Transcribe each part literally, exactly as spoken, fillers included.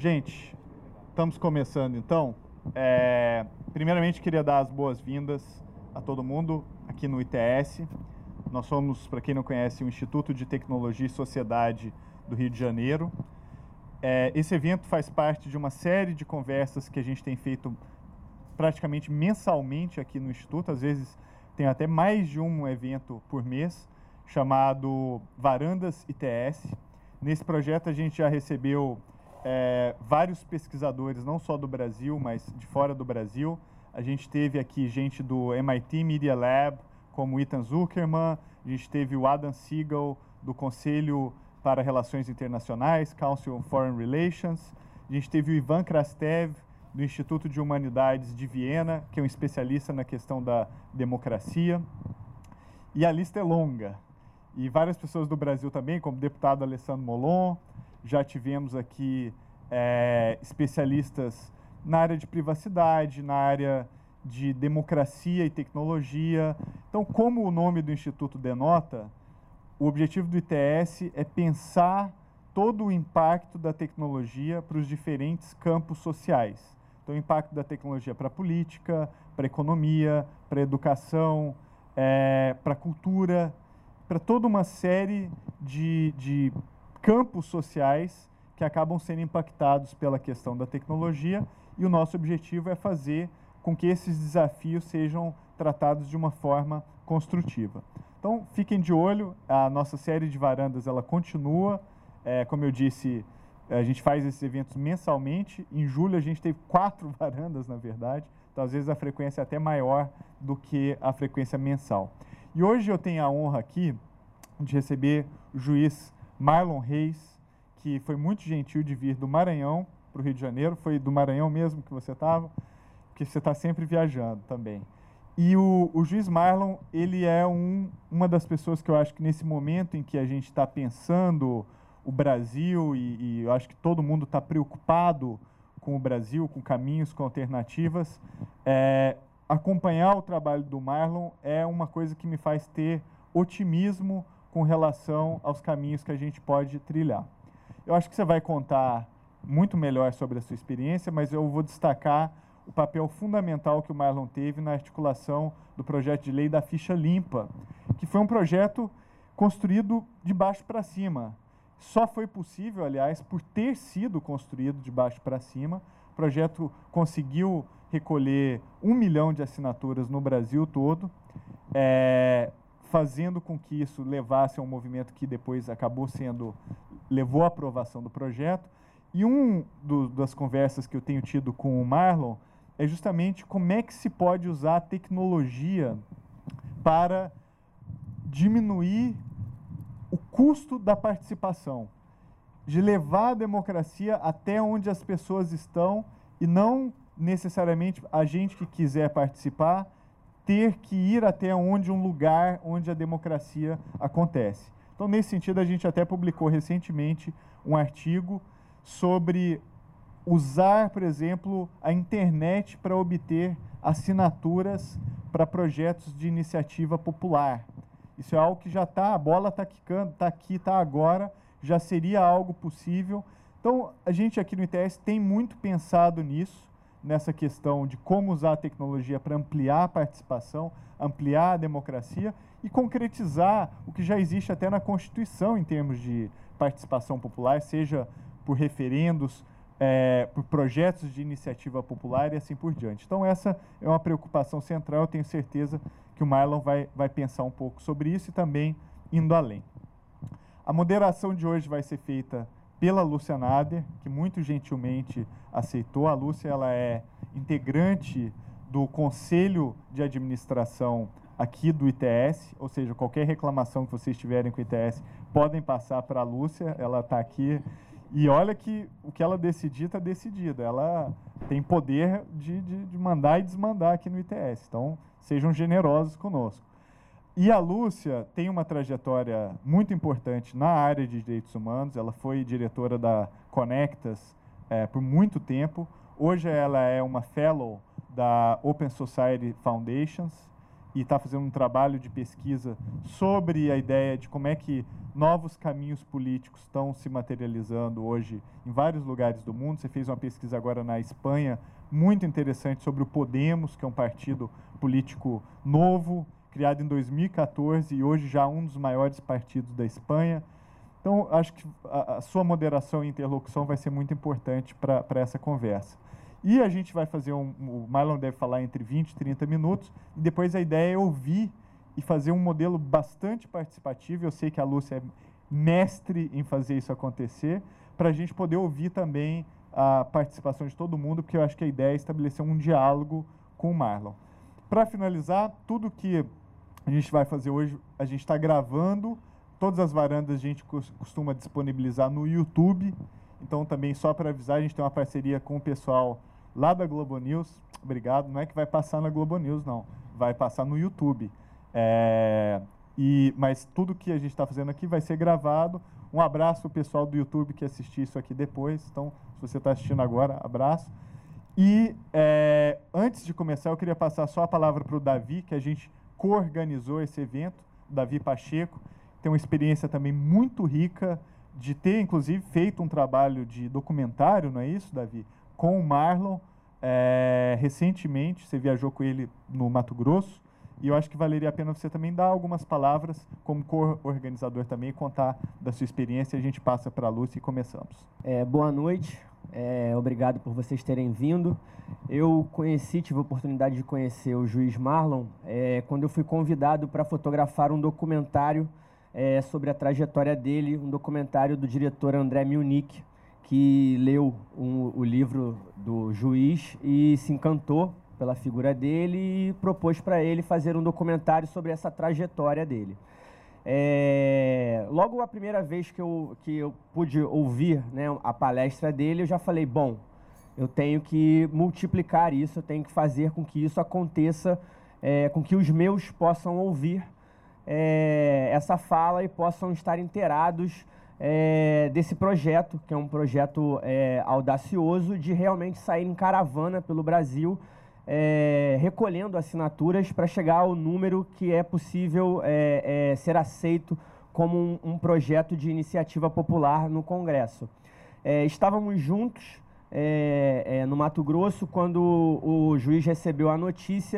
Gente, estamos começando então. É, primeiramente, queria dar as boas-vindas a todo mundo aqui no I T S. Nós somos, para quem não conhece, o Instituto de Tecnologia e Sociedade do Rio de Janeiro. É, esse evento faz parte de uma série de conversas que a gente tem feito praticamente mensalmente aqui no Instituto. Às vezes tem até mais de um evento por mês, chamado Varandas I T S. Nesse projeto a gente já recebeu é, vários pesquisadores, não só do Brasil, mas de fora do Brasil. A gente teve aqui gente do M I T Media Lab, como Ethan Zuckerman. A gente teve o Adam Siegel, do Conselho para Relações Internacionais, Council on Foreign Relations. A gente teve o Ivan Krastev, do Instituto de Humanidades de Viena, que é um especialista na questão da democracia. E a lista é longa. E várias pessoas do Brasil também, como o deputado Alessandro Molon. Já tivemos aqui é, especialistas na área de privacidade, na área de democracia e tecnologia. Então, como o nome do Instituto denota, o objetivo do I T S é pensar todo o impacto da tecnologia para os diferentes campos sociais. Então, o impacto da tecnologia para a política, para a economia, para a educação, é, para a cultura, para toda uma série de, de campos sociais que acabam sendo impactados pela questão da tecnologia, e o nosso objetivo é fazer com que esses desafios sejam tratados de uma forma construtiva. Então, fiquem de olho, a nossa série de varandas ela continua, é, como eu disse, a gente faz esses eventos mensalmente. Em julho a gente teve quatro varandas, na verdade, então às vezes a frequência é até maior do que a frequência mensal. E hoje eu tenho a honra aqui de receber o juiz Marlon Reis, que foi muito gentil de vir do Maranhão para o Rio de Janeiro. Foi do Maranhão mesmo que você estava? Porque você está sempre viajando também. E o, o juiz Marlon, ele é um, uma das pessoas que eu acho que nesse momento em que a gente está pensando o Brasil, e, e eu acho que todo mundo está preocupado com o Brasil, com caminhos, com alternativas, é, acompanhar o trabalho do Marlon é uma coisa que me faz ter otimismo com relação aos caminhos que a gente pode trilhar. Eu acho que você vai contar muito melhor sobre a sua experiência, mas eu vou destacar o papel fundamental que o Marlon teve na articulação do projeto de lei da ficha limpa, que foi um projeto construído de baixo para cima. Só foi possível, aliás, por ter sido construído de baixo para cima. O projeto conseguiu recolher um milhão de assinaturas no Brasil todo, é, fazendo com que isso levasse a um movimento que depois acabou sendo, levou à aprovação do projeto. E uma das conversas que eu tenho tido com o Marlon é justamente como é que se pode usar a tecnologia para diminuir o custo da participação, de levar a democracia até onde as pessoas estão e não necessariamente a gente que quiser participar ter que ir até onde um lugar onde a democracia acontece. Então, nesse sentido, a gente até publicou recentemente um artigo sobre usar, por exemplo, a internet para obter assinaturas para projetos de iniciativa popular. Isso é algo que já está, a bola está quicando, está aqui, está agora, já seria algo possível. Então, a gente aqui no I T S tem muito pensado nisso, nessa questão de como usar a tecnologia para ampliar a participação, ampliar a democracia e concretizar o que já existe até na Constituição em termos de participação popular, seja por referendos, é, por projetos de iniciativa popular e assim por diante. Então, essa é uma preocupação central. Eu tenho certeza que o Marlon vai, vai pensar um pouco sobre isso e também indo além. A moderação de hoje vai ser feita pela Lúcia Nader, que muito gentilmente aceitou. A Lúcia ela é integrante do Conselho de Administração aqui do I T S, ou seja, qualquer reclamação que vocês tiverem com o I T S, podem passar para a Lúcia, ela está aqui. E olha que o que ela decidir está decidido, ela tem poder de, de, de mandar e desmandar aqui no I T S, então sejam generosos conosco. E a Lúcia tem uma trajetória muito importante na área de direitos humanos. Ela foi diretora da Conectas é, por muito tempo. Hoje ela é uma fellow da Open Society Foundations, e está fazendo um trabalho de pesquisa sobre a ideia de como é que novos caminhos políticos estão se materializando hoje em vários lugares do mundo. Você fez uma pesquisa agora na Espanha, muito interessante, sobre o Podemos, que é um partido político novo, criado em dois mil e quatorze e hoje já um dos maiores partidos da Espanha. Então, acho que a, a sua moderação e interlocução vai ser muito importante para essa conversa. E a gente vai fazer um... O Marlon deve falar entre vinte e trinta minutos, e depois a ideia é ouvir e fazer um modelo bastante participativo. Eu sei que a Lúcia é mestre em fazer isso acontecer, para a gente poder ouvir também a participação de todo mundo, porque eu acho que a ideia é estabelecer um diálogo com o Marlon. Para finalizar, tudo que a gente vai fazer hoje, a gente está gravando, todas as varandas a gente costuma disponibilizar no YouTube, então também só para avisar, a gente tem uma parceria com o pessoal lá da Globo News. Obrigado, não é que vai passar na Globo News, não, vai passar no YouTube. É, e, mas tudo que a gente está fazendo aqui vai ser gravado. Um abraço para o pessoal do YouTube que assistir isso aqui depois. Então, se você está assistindo agora, abraço. E é, antes de começar, eu queria passar só a palavra para o Davi, que a gente co-organizou esse evento, Davi Pacheco. Tem uma experiência também muito rica de ter, inclusive, feito um trabalho de documentário, não é isso, Davi? Com o Marlon, é, recentemente, você viajou com ele no Mato Grosso. E eu acho que valeria a pena você também dar algumas palavras como co-organizador também, contar da sua experiência, e a gente passa para a Lúcia e começamos. É, boa noite, é, obrigado por vocês terem vindo. Eu conheci, tive a oportunidade de conhecer o juiz Marlon é, quando eu fui convidado para fotografar um documentário é, sobre a trajetória dele, um documentário do diretor André Milnick, que leu um, o livro do juiz e se encantou pela figura dele e propôs para ele fazer um documentário sobre essa trajetória dele. É, logo a primeira vez que eu, que eu pude ouvir, né, a palestra dele, eu já falei, bom, eu tenho que multiplicar isso, eu tenho que fazer com que isso aconteça, é, com que os meus possam ouvir é, essa fala e possam estar inteirados é, desse projeto, que é um projeto é, audacioso de realmente sair em caravana pelo Brasil, É, recolhendo assinaturas para chegar ao número que é possível é, é, ser aceito como um, um projeto de iniciativa popular no Congresso. É, estávamos juntos é, é, no Mato Grosso quando o, o juiz recebeu a notícia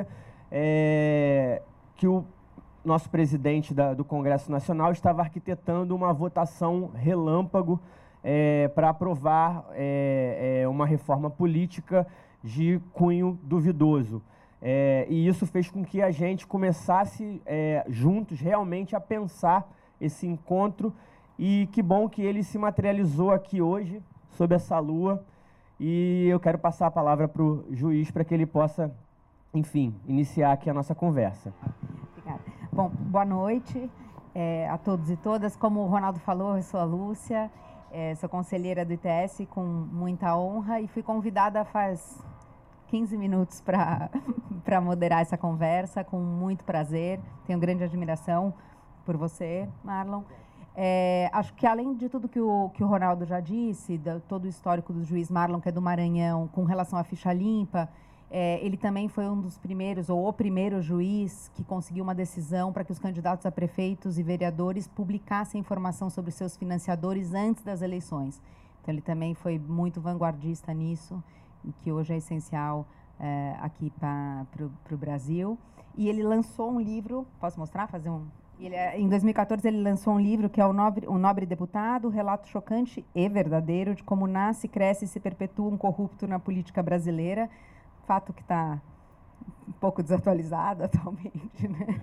é, que o nosso presidente da, do Congresso Nacional estava arquitetando uma votação relâmpago é, para aprovar é, é, uma reforma política de cunho duvidoso. É, e isso fez com que a gente começasse é, juntos realmente a pensar esse encontro, e que bom que ele se materializou aqui hoje, sob essa lua, e eu quero passar a palavra para o juiz para que ele possa, enfim, iniciar aqui a nossa conversa. Obrigada. Bom, boa noite é, a todos e todas. Como o Ronaldo falou, eu sou a Lúcia, é, sou conselheira do I T S com muita honra e fui convidada faz quinze minutos para moderar essa conversa, com muito prazer. Tenho grande admiração por você, Marlon. É, acho que, além de tudo que o, que o Ronaldo já disse, da, todo o histórico do juiz Marlon, que é do Maranhão, com relação à ficha limpa, é, ele também foi um dos primeiros, ou o primeiro juiz que conseguiu uma decisão para que os candidatos a prefeitos e vereadores publicassem informação sobre os seus financiadores antes das eleições. Então, ele também foi muito vanguardista nisso, e que hoje é essencial é, aqui para o Brasil. E ele lançou um livro, posso mostrar? Fazer um... Ele, em dois mil e quatorze, ele lançou um livro que é o Nobre, o Nobre Deputado, relato chocante e verdadeiro de como nasce, cresce e se perpetua um corrupto na política brasileira. Fato que está um pouco desatualizado atualmente, né?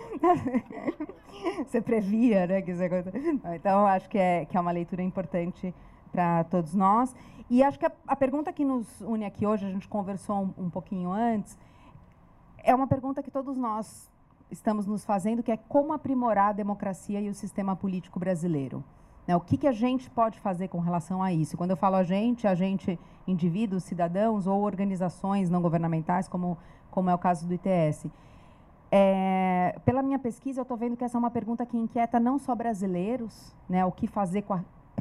Você previa, né, que isso ia acontecer. Então, acho que é, que é uma leitura importante para todos nós. E acho que a, a pergunta que nos une aqui hoje, a gente conversou um, um pouquinho antes, é uma pergunta que todos nós estamos nos fazendo, que é como aprimorar a democracia e o sistema político brasileiro. Né, o que, que a gente pode fazer com relação a isso? Quando eu falo a gente, a gente, indivíduos, cidadãos ou organizações não governamentais, como, como é o caso do I T S. É, pela minha pesquisa, eu estou vendo que essa é uma pergunta que inquieta não só brasileiros, né, o que fazer para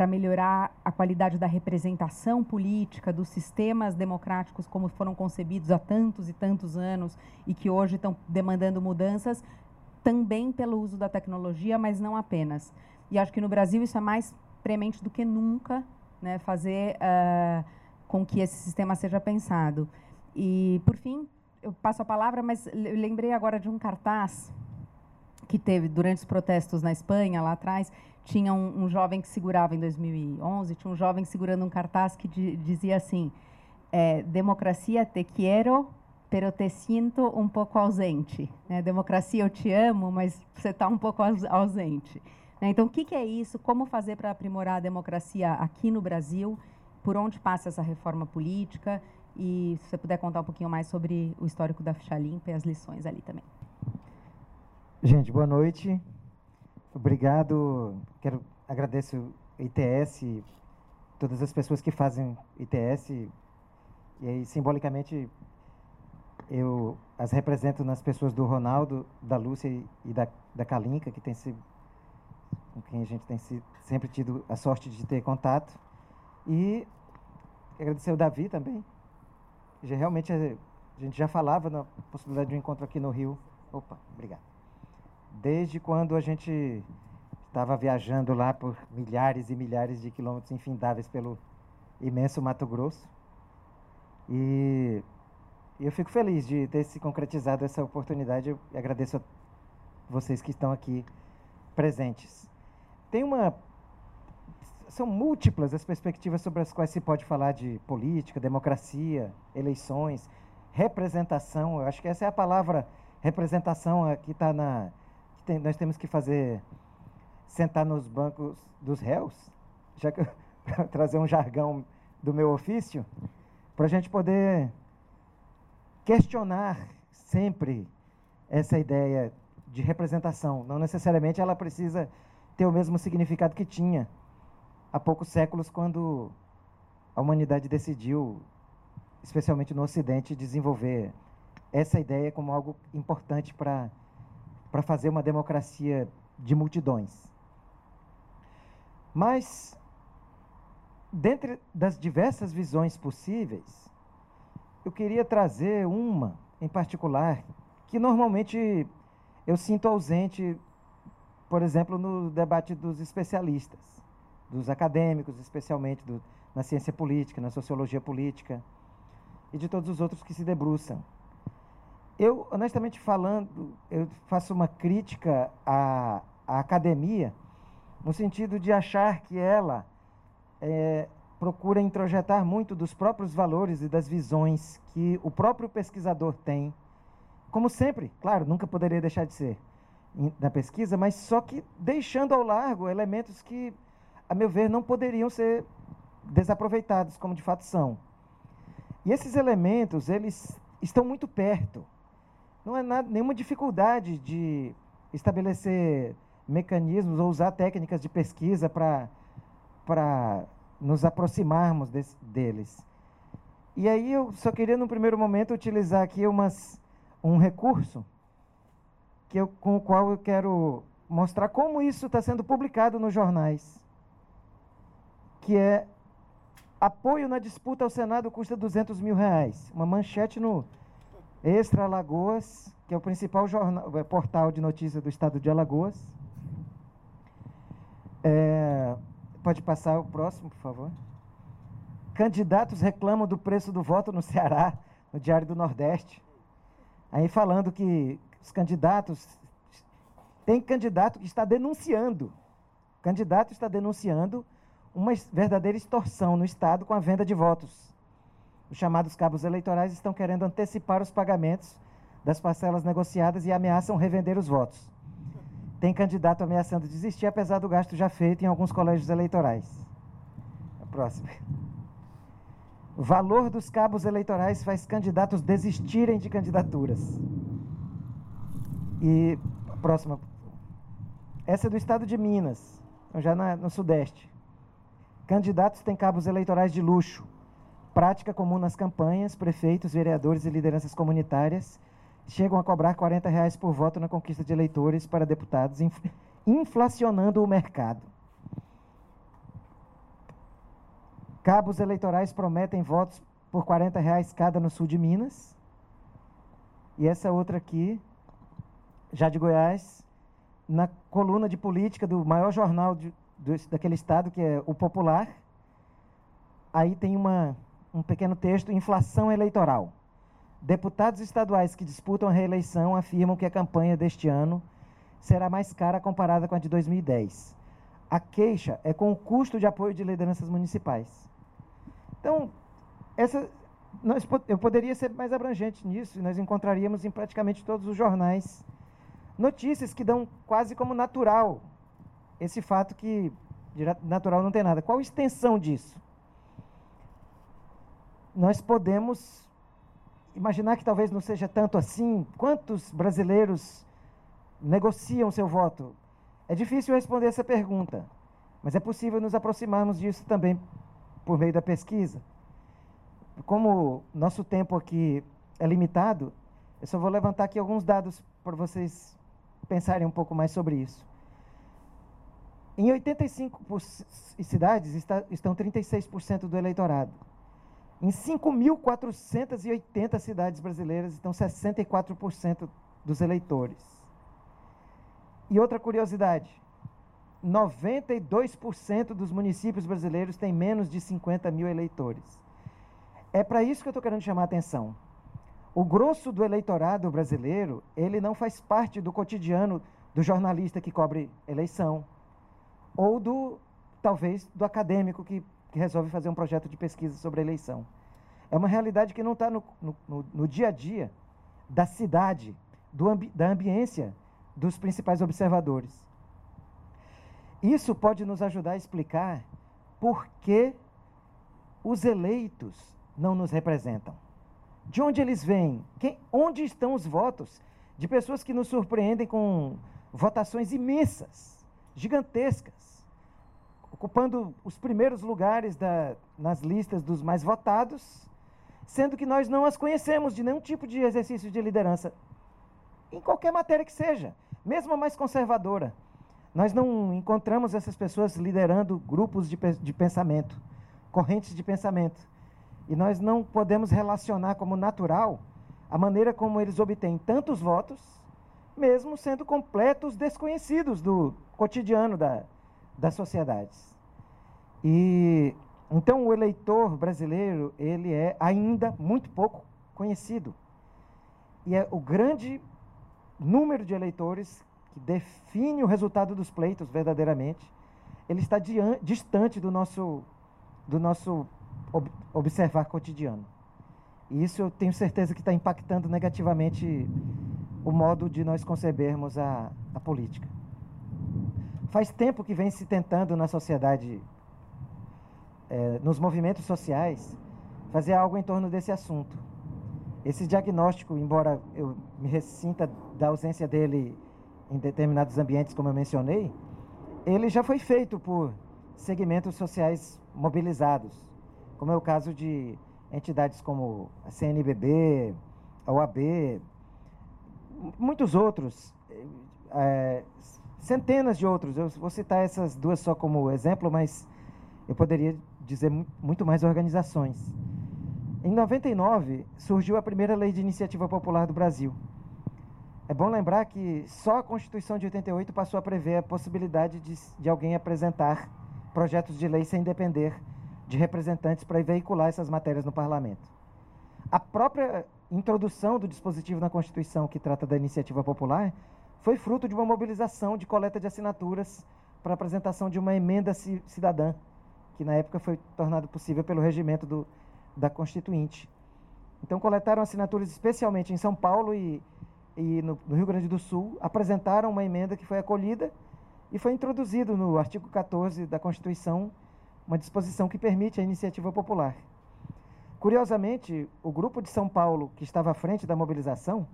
para melhorar a qualidade da representação política, dos sistemas democráticos como foram concebidos há tantos e tantos anos e que hoje estão demandando mudanças, também pelo uso da tecnologia, mas não apenas. E acho que no Brasil isso é mais premente do que nunca, né, fazer uh, com que esse sistema seja pensado. E, por fim, eu passo a palavra, mas eu lembrei agora de um cartaz que teve durante os protestos na Espanha, lá atrás. Tinha um, um jovem que segurava, em dois mil e onze, tinha um jovem segurando um cartaz que di, dizia assim, é, democracia te quiero, pero te siento um pouco ausente. Né? Democracia, eu te amo, mas você está um pouco ausente. Né? Então, o que, que é isso? Como fazer para aprimorar a democracia aqui no Brasil? Por onde passa essa reforma política? E se você puder contar um pouquinho mais sobre o histórico da ficha limpa e as lições ali também. Gente, boa noite. Obrigado. Quero agradecer o I T S, todas as pessoas que fazem I T S. E aí, simbolicamente, eu as represento nas pessoas do Ronaldo, da Lúcia e da, da Kalinka, que tem sido, com quem a gente tem sido, sempre tido a sorte de ter contato. E agradecer o Davi também. Já, realmente, a gente já falava na possibilidade de um encontro aqui no Rio. Opa, obrigado. Desde quando a gente estava viajando lá por milhares e milhares de quilômetros infindáveis pelo imenso Mato Grosso. E eu fico feliz de ter se concretizado essa oportunidade. Eu agradeço a vocês que estão aqui presentes. Tem uma... São múltiplas as perspectivas sobre as quais se pode falar de política, democracia, eleições, representação. Eu acho que essa é a palavra, representação, que está na... Que tem, nós temos que fazer, sentar nos bancos dos réus, já que para trazer um jargão do meu ofício, para a gente poder questionar sempre essa ideia de representação. Não necessariamente ela precisa ter o mesmo significado que tinha há poucos séculos, quando a humanidade decidiu, especialmente no Ocidente, desenvolver essa ideia como algo importante para para fazer uma democracia de multidões. Mas, dentre das diversas visões possíveis, eu queria trazer uma, em particular, que normalmente eu sinto ausente, por exemplo, no debate dos especialistas, dos acadêmicos, especialmente do, na ciência política, na sociologia política, e de todos os outros que se debruçam. Eu, honestamente falando, eu faço uma crítica à, à academia, no sentido de achar que ela é, procura introjetar muito dos próprios valores e das visões que o próprio pesquisador tem, como sempre, claro, nunca poderia deixar de ser na pesquisa, mas só que deixando ao largo elementos que, a meu ver, não poderiam ser desaproveitados, como de fato são. E esses elementos, eles estão muito perto. Não é nada, nenhuma dificuldade de estabelecer mecanismos ou usar técnicas de pesquisa para para nos aproximarmos desse, deles. E aí eu só queria, no primeiro momento, utilizar aqui umas, um recurso que eu, com o qual eu quero mostrar como isso está sendo publicado nos jornais, que é apoio na disputa ao Senado custa duzentos mil reais. Uma manchete no Extra Alagoas, que é o principal jornal, portal de notícias do estado de Alagoas. É, pode passar o próximo, por favor. Candidatos reclamam do preço do voto no Ceará, no Diário do Nordeste. Aí falando que os candidatos... Tem candidato que está denunciando. Candidato está denunciando uma verdadeira extorsão no estado com a venda de votos. Os chamados cabos eleitorais estão querendo antecipar os pagamentos das parcelas negociadas e ameaçam revender os votos. Tem candidato ameaçando desistir, apesar do gasto já feito em alguns colégios eleitorais. A próxima. O valor dos cabos eleitorais faz candidatos desistirem de candidaturas. E a próxima. Essa é do estado de Minas, já na, no Sudeste. Candidatos têm cabos eleitorais de luxo. Prática comum nas campanhas, prefeitos, vereadores e lideranças comunitárias chegam a cobrar quarenta reais por voto na conquista de eleitores para deputados, inflacionando o mercado. Cabos eleitorais prometem votos por quarenta reais cada no sul de Minas. E essa outra aqui, já de Goiás, na coluna de política do maior jornal de, do, daquele estado, que é o Popular. Aí tem uma, um pequeno texto, inflação eleitoral. Deputados estaduais que disputam a reeleição afirmam que a campanha deste ano será mais cara comparada com a de dois mil e dez. A queixa é com o custo de apoio de lideranças municipais. Então, essa, nós, eu poderia ser mais abrangente nisso, e nós encontraríamos em praticamente todos os jornais notícias que dão quase como natural esse fato que de natural não tem nada. Qual a extensão disso? Nós podemos imaginar que talvez não seja tanto assim. Quantos brasileiros negociam seu voto? É difícil responder essa pergunta, mas é possível nos aproximarmos disso também por meio da pesquisa. Como nosso tempo aqui é limitado, eu só vou levantar aqui alguns dados para vocês pensarem um pouco mais sobre isso. Em oitenta e cinco cidades está, estão trinta e seis por cento do eleitorado. Em cinco mil quatrocentas e oitenta cidades brasileiras estão sessenta e quatro por cento dos eleitores. E outra curiosidade, noventa e dois por cento dos municípios brasileiros têm menos de cinquenta mil eleitores. É para isso que eu estou querendo chamar a atenção. O grosso do eleitorado brasileiro, ele não faz parte do cotidiano do jornalista que cobre eleição, ou do, talvez, do acadêmico que, que resolve fazer um projeto de pesquisa sobre a eleição. É uma realidade que não está no, no, no dia a dia da cidade, do ambi, da ambiência dos principais observadores. Isso pode nos ajudar a explicar por que os eleitos não nos representam. De onde eles vêm? Quem, onde estão os votos de pessoas que nos surpreendem com votações imensas, gigantescas, ocupando os primeiros lugares da, nas listas dos mais votados, sendo que nós não as conhecemos de nenhum tipo de exercício de liderança, em qualquer matéria que seja, mesmo a mais conservadora. Nós não encontramos essas pessoas liderando grupos de, de pensamento, correntes de pensamento. E nós não podemos relacionar como natural a maneira como eles obtêm tantos votos, mesmo sendo completos desconhecidos do cotidiano da, das sociedades. E então o eleitor brasileiro, ele é ainda muito pouco conhecido. E é o grande número de eleitores que define o resultado dos pleitos verdadeiramente, ele está diante, distante do nosso, do nosso ob, observar cotidiano. E isso eu tenho certeza que está impactando negativamente o modo de nós concebermos a, a política. Faz tempo que vem se tentando na sociedade, é, nos movimentos sociais, fazer algo em torno desse assunto. Esse diagnóstico, embora eu me ressinta da ausência dele em determinados ambientes, como eu mencionei, ele já foi feito por segmentos sociais mobilizados, como é o caso de entidades como a C N B B, a O A B, muitos outros, é, centenas de outros. Eu vou citar essas duas só como exemplo, mas eu poderia dizer muito mais organizações. Em noventa e nove, surgiu a primeira lei de iniciativa popular do Brasil. É bom lembrar que só a Constituição de oitenta e oito passou a prever a possibilidade de, de alguém apresentar projetos de lei sem depender de representantes para veicular essas matérias no parlamento. A própria introdução do dispositivo na Constituição que trata da iniciativa popular foi fruto de uma mobilização de coleta de assinaturas para a apresentação de uma emenda cidadã, que na época foi tornado possível pelo regimento do, da Constituinte. Então coletaram assinaturas especialmente em São Paulo e e no, no Rio Grande do Sul, apresentaram uma emenda que foi acolhida e foi introduzido no artigo quatorze da Constituição uma disposição que permite a iniciativa popular. Curiosamente, o grupo de São Paulo, que estava à frente da mobilização,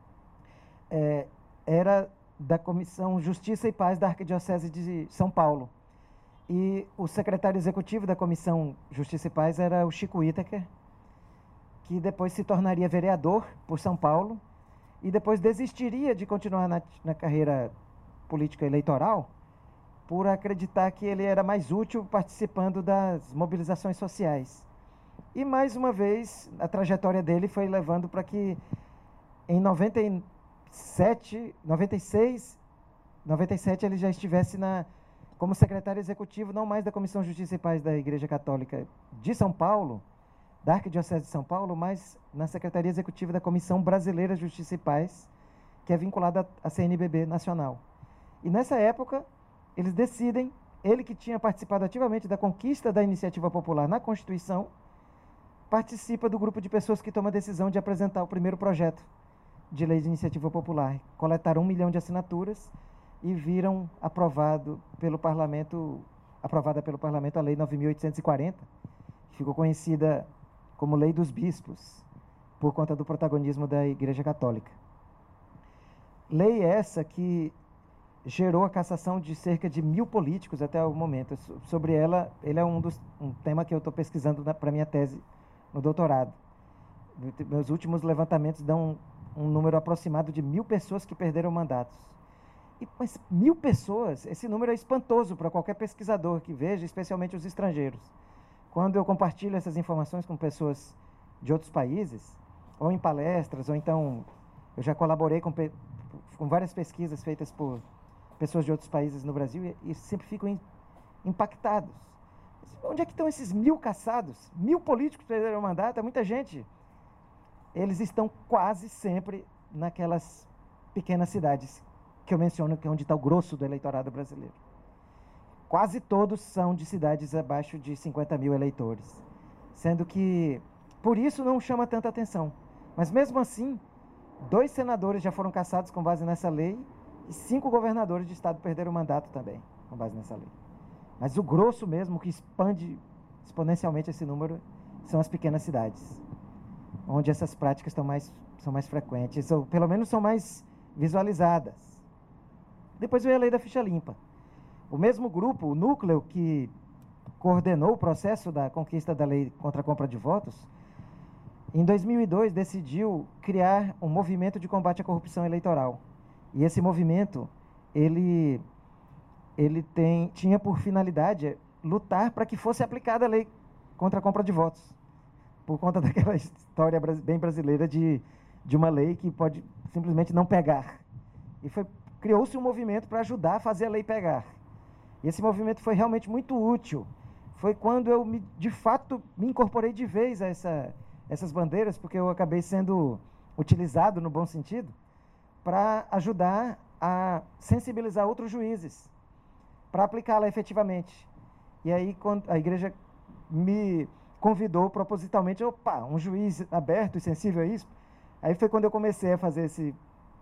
é, era da Comissão Justiça e Paz da Arquidiocese de São Paulo. E o secretário executivo da Comissão Justiça e Paz era o Chico Whittaker, que depois se tornaria vereador por São Paulo, e depois desistiria de continuar na, na carreira política eleitoral, por acreditar que ele era mais útil participando das mobilizações sociais. E, mais uma vez, a trajetória dele foi levando para que, em noventa e sete, noventa e seis, noventa e sete, ele já estivesse na, como secretário executivo, não mais da Comissão Justiça e Paz da Igreja Católica de São Paulo, da Arquidiocese de São Paulo, mas na Secretaria Executiva da Comissão Brasileira de Justiça e Paz, que é vinculada à C N B B nacional. E nessa época, eles decidem, ele que tinha participado ativamente da conquista da iniciativa popular na Constituição, participa do grupo de pessoas que toma a decisão de apresentar o primeiro projeto de lei de iniciativa popular. Coletaram um milhão de assinaturas e viram aprovado pelo parlamento, aprovada pelo parlamento a Lei nove mil oitocentos e quarenta, que ficou conhecida como Lei dos Bispos, por conta do protagonismo da Igreja Católica. Lei essa que gerou a cassação de cerca de mil políticos até o momento. Sobre ela, ele é um, dos, um tema que eu estou pesquisando para minha tese no doutorado. Meus últimos levantamentos dão um, um número aproximado de mil pessoas que perderam mandatos. E, mas mil pessoas, esse número é espantoso para qualquer pesquisador que veja, especialmente os estrangeiros. Quando eu compartilho essas informações com pessoas de outros países, ou em palestras, ou então eu já colaborei com, com várias pesquisas feitas por pessoas de outros países no Brasil e, e sempre ficam impactados. Onde é que estão esses mil caçados? Mil políticos perderam o mandato, é muita gente. Eles estão quase sempre naquelas pequenas cidades que eu menciono, que é onde está o grosso do eleitorado brasileiro. Quase todos são de cidades abaixo de cinquenta mil eleitores. Sendo que, por isso, não chama tanta atenção. Mas, mesmo assim, dois senadores já foram cassados com base nessa lei e cinco governadores de estado perderam o mandato também, com base nessa lei. Mas o grosso mesmo, que expande exponencialmente esse número, são as pequenas cidades, onde essas práticas estão mais, são mais frequentes, ou pelo menos são mais visualizadas. Depois veio a lei da ficha limpa. O mesmo grupo, o núcleo que coordenou o processo da conquista da lei contra a compra de votos, em dois mil e dois decidiu criar um movimento de combate à corrupção eleitoral. E esse movimento, ele, ele tem, tinha por finalidade lutar para que fosse aplicada a lei contra a compra de votos, por conta daquela história bem brasileira de, de uma lei que pode simplesmente não pegar. E foi, criou-se um movimento para ajudar a fazer a lei pegar. E esse movimento foi realmente muito útil. Foi quando eu, me, de fato, me incorporei de vez a essa, essas bandeiras, porque eu acabei sendo utilizado, no bom sentido, para ajudar a sensibilizar outros juízes, para aplicá-la efetivamente. E aí, quando a igreja me convidou propositalmente, opa, um juiz aberto e sensível a isso, aí foi quando eu comecei a fazer esse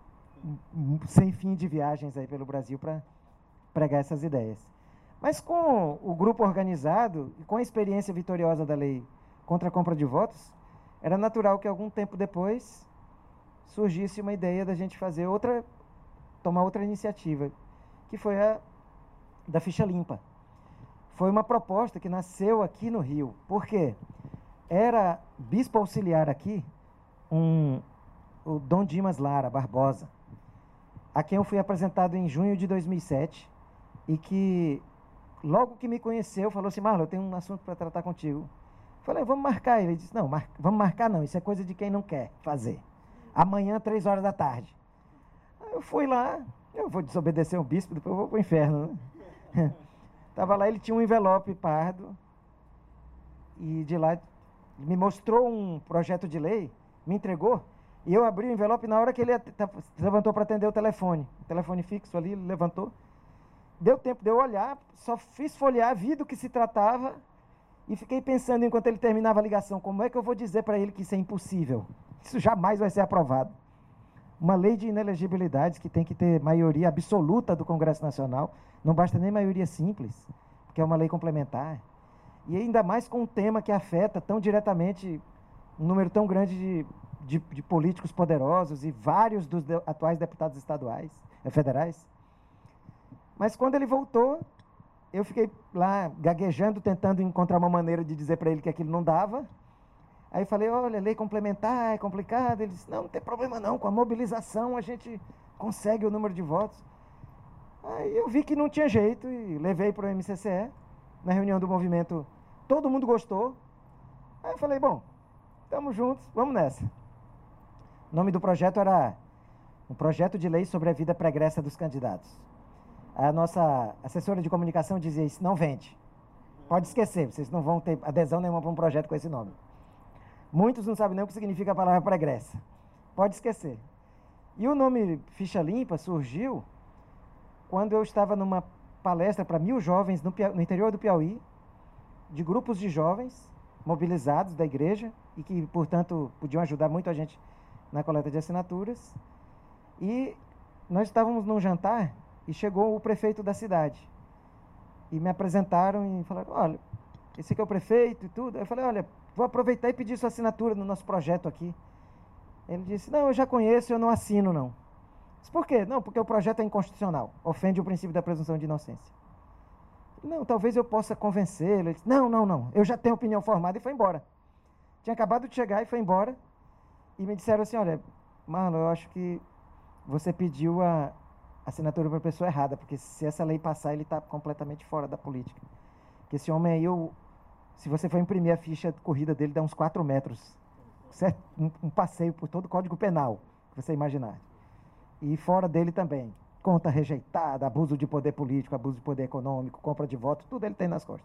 sem fim de viagens aí pelo Brasil para pregar essas ideias. Mas com o grupo organizado e com a experiência vitoriosa da lei contra a compra de votos, era natural que algum tempo depois surgisse uma ideia da gente fazer outra, tomar outra iniciativa, que foi a da ficha limpa. Foi uma proposta que nasceu aqui no Rio. Por quê? Era bispo auxiliar aqui, um, o Dom Dimas Lara Barbosa, a quem eu fui apresentado em junho de dois mil e sete, e que, logo que me conheceu, falou assim, Marlon, eu tenho um assunto para tratar contigo. Falei, vamos marcar. Ele disse, não, mar vamos marcar não, isso é coisa de quem não quer fazer. Amanhã, três horas da tarde. Aí eu fui lá, eu vou desobedecer um bispo, depois eu vou para o inferno, né? Estava lá, ele tinha um envelope pardo, e de lá me mostrou um projeto de lei, me entregou, e eu abri o envelope na hora que ele levantou para atender o telefone. O telefone fixo ali, ele levantou. Deu tempo de eu olhar, só fiz folhear, vi do que se tratava, e fiquei pensando, enquanto ele terminava a ligação, como é que eu vou dizer para ele que isso é impossível? Isso jamais vai ser aprovado. Uma lei de inelegibilidades que tem que ter maioria absoluta do Congresso Nacional, não basta nem maioria simples, porque é uma lei complementar. E ainda mais com um tema que afeta tão diretamente um número tão grande de, de, de políticos poderosos e vários dos de, atuais deputados estaduais, eh, federais. Mas quando ele voltou, eu fiquei lá gaguejando, tentando encontrar uma maneira de dizer para ele que aquilo não dava. Aí falei, olha, lei complementar é complicado. Ele disse, não, não tem problema não, com a mobilização a gente consegue o número de votos. Aí eu vi que não tinha jeito e levei para o M C C E, na reunião do movimento, todo mundo gostou. Aí eu falei, bom, estamos juntos, vamos nessa. O nome do projeto era um projeto de lei sobre a vida pregressa dos candidatos. A nossa assessora de comunicação dizia isso, não vende. Pode esquecer, vocês não vão ter adesão nenhuma para um projeto com esse nome. Muitos não sabem nem o que significa a palavra pregressa. Pode esquecer. E o nome Ficha Limpa surgiu quando eu estava numa palestra para mil jovens no, no interior do Piauí, de grupos de jovens mobilizados da igreja e que, portanto, podiam ajudar muito a gente na coleta de assinaturas. E nós estávamos num jantar e chegou o prefeito da cidade. E me apresentaram e falaram, olha, esse aqui é o prefeito e tudo. Eu falei, olha, vou aproveitar e pedir sua assinatura no nosso projeto aqui. Ele disse, não, eu já conheço, eu não assino, não. Disse, por quê? Não, porque o projeto é inconstitucional, ofende o princípio da presunção de inocência. Não, talvez eu possa convencê-lo. Ele disse, não, não, não, eu já tenho opinião formada e foi embora. Tinha acabado de chegar e foi embora. E me disseram assim, olha, Marlon, eu acho que você pediu a assinatura para a pessoa errada, porque se essa lei passar, ele está completamente fora da política. Porque esse homem aí, eu, se você for imprimir a ficha de corrida dele, dá uns quatro metros. Certo? Um, um passeio por todo o Código Penal, que você imaginar. E fora dele também. Conta rejeitada, abuso de poder político, abuso de poder econômico, compra de voto, tudo ele tem nas costas.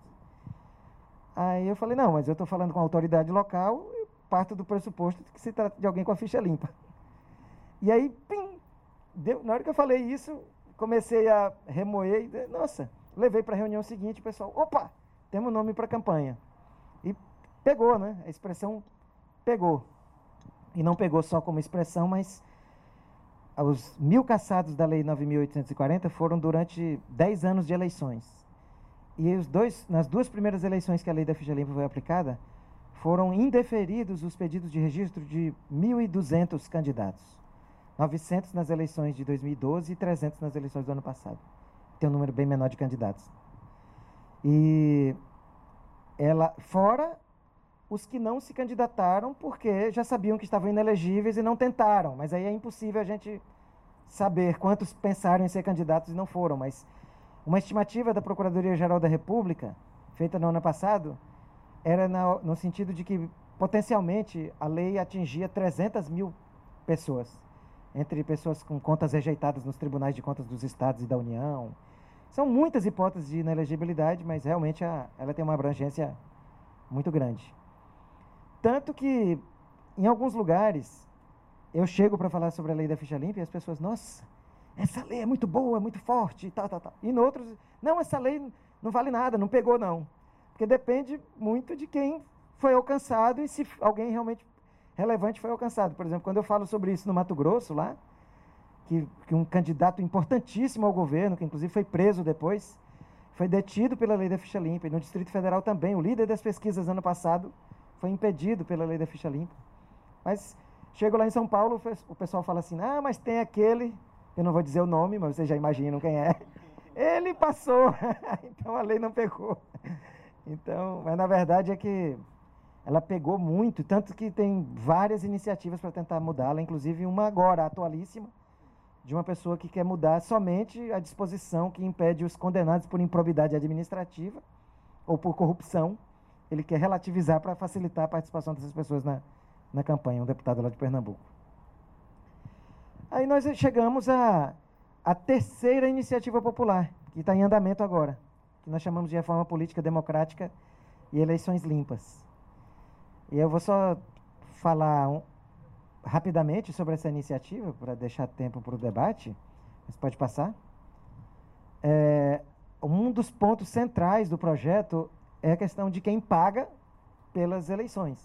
Aí eu falei, não, mas eu estou falando com a autoridade local e parto do pressuposto de que se trata de alguém com a ficha limpa. E aí, pim, deu, na hora que eu falei isso, comecei a remoer e, nossa, levei para a reunião seguinte, o pessoal, opa, temos nome para a campanha. E pegou, né? A expressão pegou. E não pegou só como expressão, mas os mil caçados da Lei nove mil oitocentos e quarenta foram durante dez anos de eleições. E os dois, nas duas primeiras eleições que a Lei da Ficha Limpa foi aplicada, foram indeferidos os pedidos de registro de mil e duzentos candidatos. novecentos nas eleições de dois mil e doze e trezentos nas eleições do ano passado. Tem um número bem menor de candidatos. E ela, fora os que não se candidataram porque já sabiam que estavam inelegíveis e não tentaram. Mas aí é impossível a gente saber quantos pensaram em ser candidatos e não foram. Mas uma estimativa da Procuradoria-Geral da República, feita no ano passado, era na, no sentido de que, potencialmente, a lei atingia trezentas mil pessoas, entre pessoas com contas rejeitadas nos tribunais de contas dos estados e da União. São muitas hipóteses de inelegibilidade, mas realmente a, ela tem uma abrangência muito grande. Tanto que, em alguns lugares, eu chego para falar sobre a lei da ficha limpa e as pessoas, nossa, essa lei é muito boa, é muito forte, e tal, tal, tal. E em outros, não, essa lei não vale nada, não pegou não. Porque depende muito de quem foi alcançado e se alguém realmente relevante foi alcançado. Por exemplo, quando eu falo sobre isso no Mato Grosso, lá, que, que um candidato importantíssimo ao governo, que inclusive foi preso depois, foi detido pela lei da ficha limpa. E no Distrito Federal também, o líder das pesquisas ano passado foi impedido pela lei da ficha limpa. Mas chego lá em São Paulo, o pessoal fala assim, ah, mas tem aquele, eu não vou dizer o nome, mas vocês já imaginam quem é. Ele passou, então a lei não pegou. Então, mas na verdade é que ela pegou muito, tanto que tem várias iniciativas para tentar mudá-la, inclusive uma agora, atualíssima, de uma pessoa que quer mudar somente a disposição que impede os condenados por improbidade administrativa ou por corrupção. Ele quer relativizar para facilitar a participação dessas pessoas na, na campanha, um deputado lá de Pernambuco. Aí nós chegamos à, à terceira iniciativa popular, que está em andamento agora, que nós chamamos de Reforma Política Democrática e Eleições Limpas. E eu vou só falar um, rapidamente sobre essa iniciativa, para deixar tempo para o debate, mas pode passar. É, um dos pontos centrais do projeto é a questão de quem paga pelas eleições.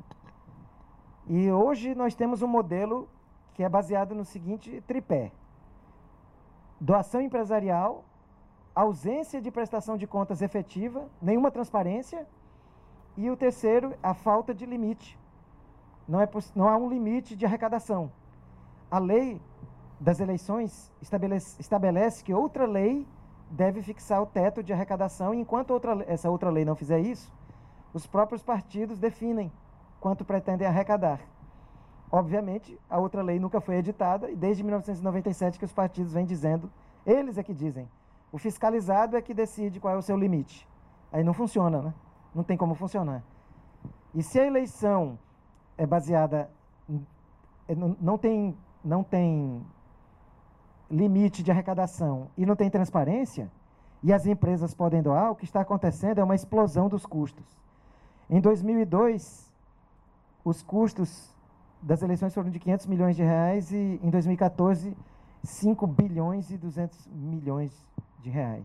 E hoje nós temos um modelo que é baseado no seguinte tripé: doação empresarial, ausência de prestação de contas efetiva, nenhuma transparência, e o terceiro, a falta de limite. Não, é, não há um limite de arrecadação. A lei das eleições estabelece, estabelece que outra lei deve fixar o teto de arrecadação, e enquanto outra, essa outra lei não fizer isso, os próprios partidos definem quanto pretendem arrecadar. Obviamente, a outra lei nunca foi editada, e desde mil novecentos e noventa e sete que os partidos vêm dizendo Eles é que dizem. O fiscalizado é que decide qual é o seu limite. Aí não funciona, né? Não tem como funcionar. E se a eleição é baseada, em, não, não, tem, não tem limite de arrecadação e não tem transparência, e as empresas podem doar, o que está acontecendo é uma explosão dos custos. Em dois mil e dois, os custos das eleições foram de quinhentos milhões de reais e, em dois mil e quatorze, cinco bilhões e duzentos milhões de reais.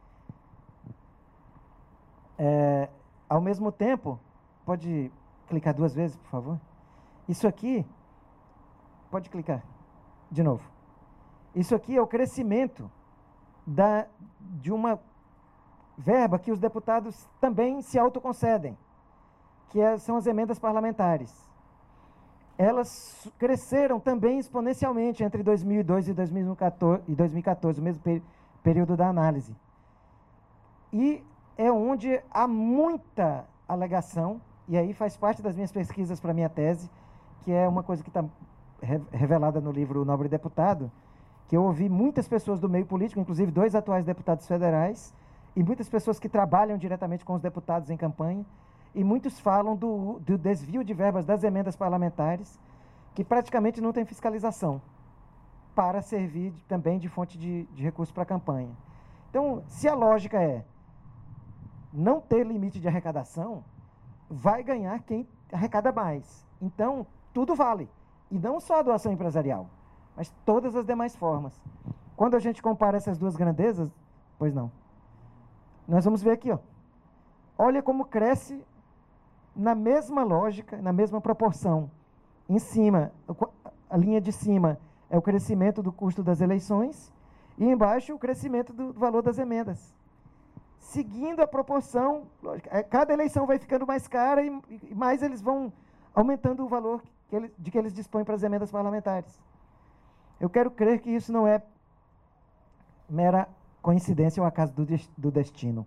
É, ao mesmo tempo, pode clicar duas vezes, por favor? Isso aqui, pode clicar de novo. Isso aqui é o crescimento da, de uma verba que os deputados também se autoconcedem, que é, são as emendas parlamentares. Elas cresceram também exponencialmente entre dois mil e dois e dois mil e quatorze, o mesmo peri- período da análise. E é onde há muita alegação, e aí faz parte das minhas pesquisas para a minha tese, que é uma coisa que está re- revelada no livro O Nobre Deputado, que eu ouvi muitas pessoas do meio político, inclusive dois atuais deputados federais, e muitas pessoas que trabalham diretamente com os deputados em campanha, e muitos falam do, do desvio de verbas das emendas parlamentares, que praticamente não tem fiscalização, para servir de, também de fonte de, de recursos para a campanha. Então, se a lógica é não ter limite de arrecadação, vai ganhar quem arrecada mais. Então, tudo vale. E não só a doação empresarial, mas todas as demais formas. Quando a gente compara essas duas grandezas, pois não. Nós vamos ver aqui, ó. Olha como cresce na mesma lógica, na mesma proporção. Em cima, a linha de cima é o crescimento do custo das eleições e embaixo o crescimento do valor das emendas. Seguindo a proporção, lógico, cada eleição vai ficando mais cara e, e mais eles vão aumentando o valor que ele, de que eles dispõem para as emendas parlamentares. Eu quero crer que isso não é mera coincidência ou acaso do, do destino.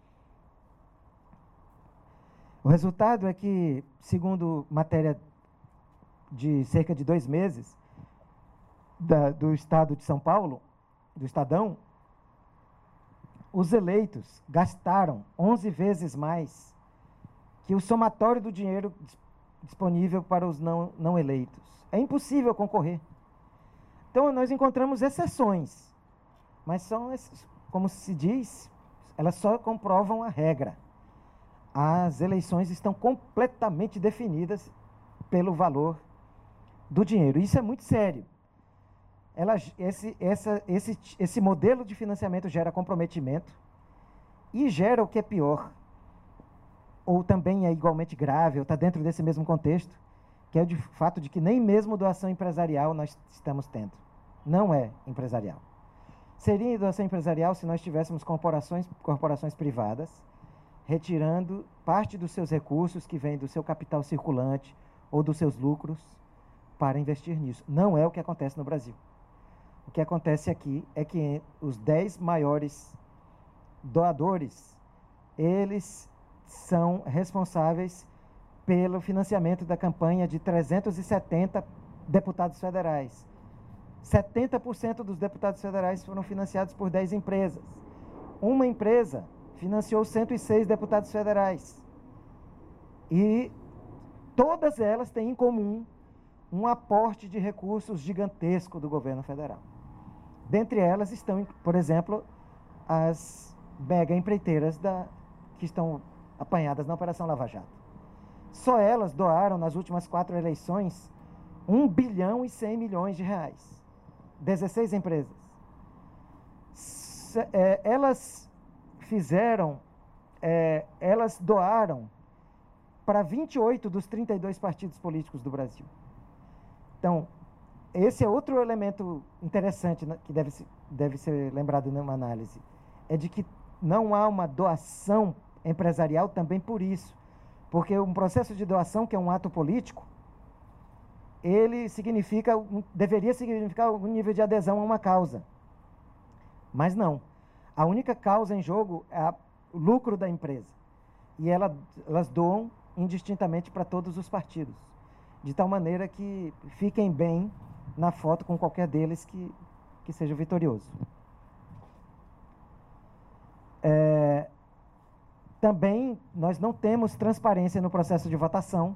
O resultado é que, segundo matéria de cerca de dois meses da, do Estado de São Paulo, do Estadão, os eleitos gastaram onze vezes mais que o somatório do dinheiro disponível para os não, não eleitos. É impossível concorrer. Então, nós encontramos exceções, mas são, como se diz, elas só comprovam a regra. As eleições estão completamente definidas pelo valor do dinheiro. Isso é muito sério. Ela, esse, essa, esse, esse modelo de financiamento gera comprometimento e gera o que é pior, ou também é igualmente grave, ou está dentro desse mesmo contexto, que é o de fato de que nem mesmo doação empresarial nós estamos tendo. Não é empresarial. Seria doação empresarial se nós tivéssemos corporações, corporações privadas retirando parte dos seus recursos que vêm do seu capital circulante ou dos seus lucros para investir nisso. Não é o que acontece no Brasil. O que acontece aqui é que os dez maiores doadores, eles são responsáveis pelo financiamento da campanha de trezentos e setenta deputados federais. setenta por cento dos deputados federais foram financiados por dez empresas. Uma empresa financiou cento e seis deputados federais. E todas elas têm em comum um aporte de recursos gigantesco do governo federal. Dentre elas estão, por exemplo, as mega empreiteiras da, que estão apanhadas na Operação Lava Jato. Só elas doaram, nas últimas quatro eleições, um bilhão e cem milhões de reais. dezesseis empresas. Se, é, elas fizeram, é, elas doaram para vinte e oito dos trinta e dois partidos políticos do Brasil. Então, esse é outro elemento interessante, né, que deve, se, deve ser lembrado numa análise, é de que não há uma doação empresarial também por isso, porque um processo de doação, que é um ato político, ele significa, deveria significar um nível de adesão a uma causa. Mas não. A única causa em jogo é o lucro da empresa. E ela, elas doam indistintamente para todos os partidos, de tal maneira que fiquem bem na foto com qualquer deles que, que seja vitorioso. também nós não temos transparência no processo de votação.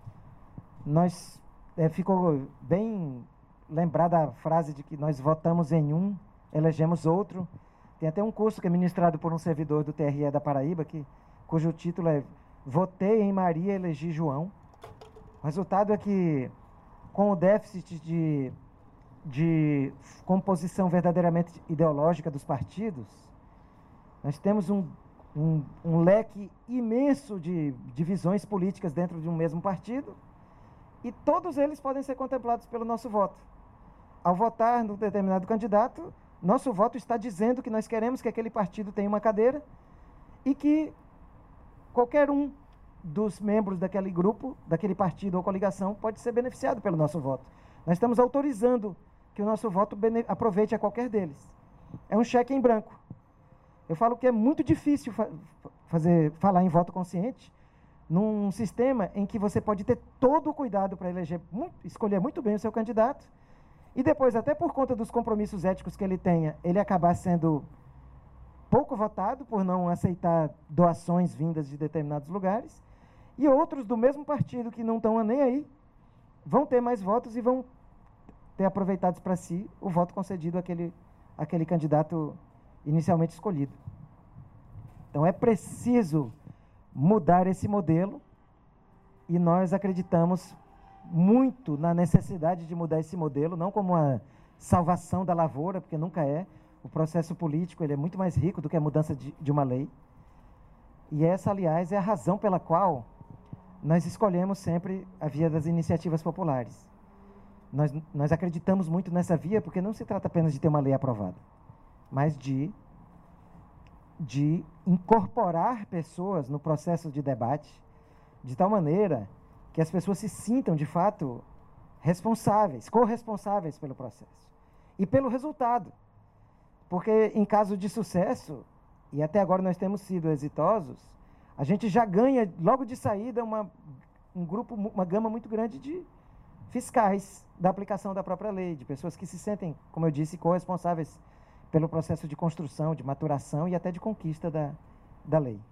Nós, é, ficou bem lembrada a frase de que nós votamos em um, elegemos outro. Tem até um curso que é ministrado por um servidor do T R E da Paraíba, que, cujo título é Votei em Maria, elegi João. O resultado é que, com o déficit de, de composição verdadeiramente ideológica dos partidos, nós temos um, um, um leque imenso de divisões políticas dentro de um mesmo partido, e todos eles podem ser contemplados pelo nosso voto. Ao votar no determinado candidato, nosso voto está dizendo que nós queremos que aquele partido tenha uma cadeira e que qualquer um dos membros daquele grupo, daquele partido ou coligação, pode ser beneficiado pelo nosso voto. Nós estamos autorizando que o nosso voto aproveite a qualquer deles. É um cheque em branco. Eu falo que é muito difícil fa fazer, falar em voto consciente num sistema em que você pode ter todo o cuidado para eleger, muito, escolher muito bem o seu candidato, e depois, até por conta dos compromissos éticos que ele tenha, ele acabar sendo pouco votado por não aceitar doações vindas de determinados lugares, e outros do mesmo partido que não estão nem aí, vão ter mais votos e vão ter aproveitados para si o voto concedido àquele, àquele candidato inicialmente escolhido. Então, é preciso mudar esse modelo, e nós acreditamos muito na necessidade de mudar esse modelo, não como a salvação da lavoura, porque nunca é. O processo político ele é muito mais rico do que a mudança de, de uma lei. E essa, aliás, é a razão pela qual nós escolhemos sempre a via das iniciativas populares. Nós, nós acreditamos muito nessa via, porque não se trata apenas de ter uma lei aprovada, mas de, de incorporar pessoas no processo de debate, de tal maneira que as pessoas se sintam, de fato, responsáveis, corresponsáveis pelo processo e pelo resultado. Porque, em caso de sucesso, e até agora nós temos sido exitosos, a gente já ganha, logo de saída, uma, um grupo, uma gama muito grande de fiscais da aplicação da própria lei, de pessoas que se sentem, como eu disse, corresponsáveis pelo processo de construção, de maturação e até de conquista da, da lei.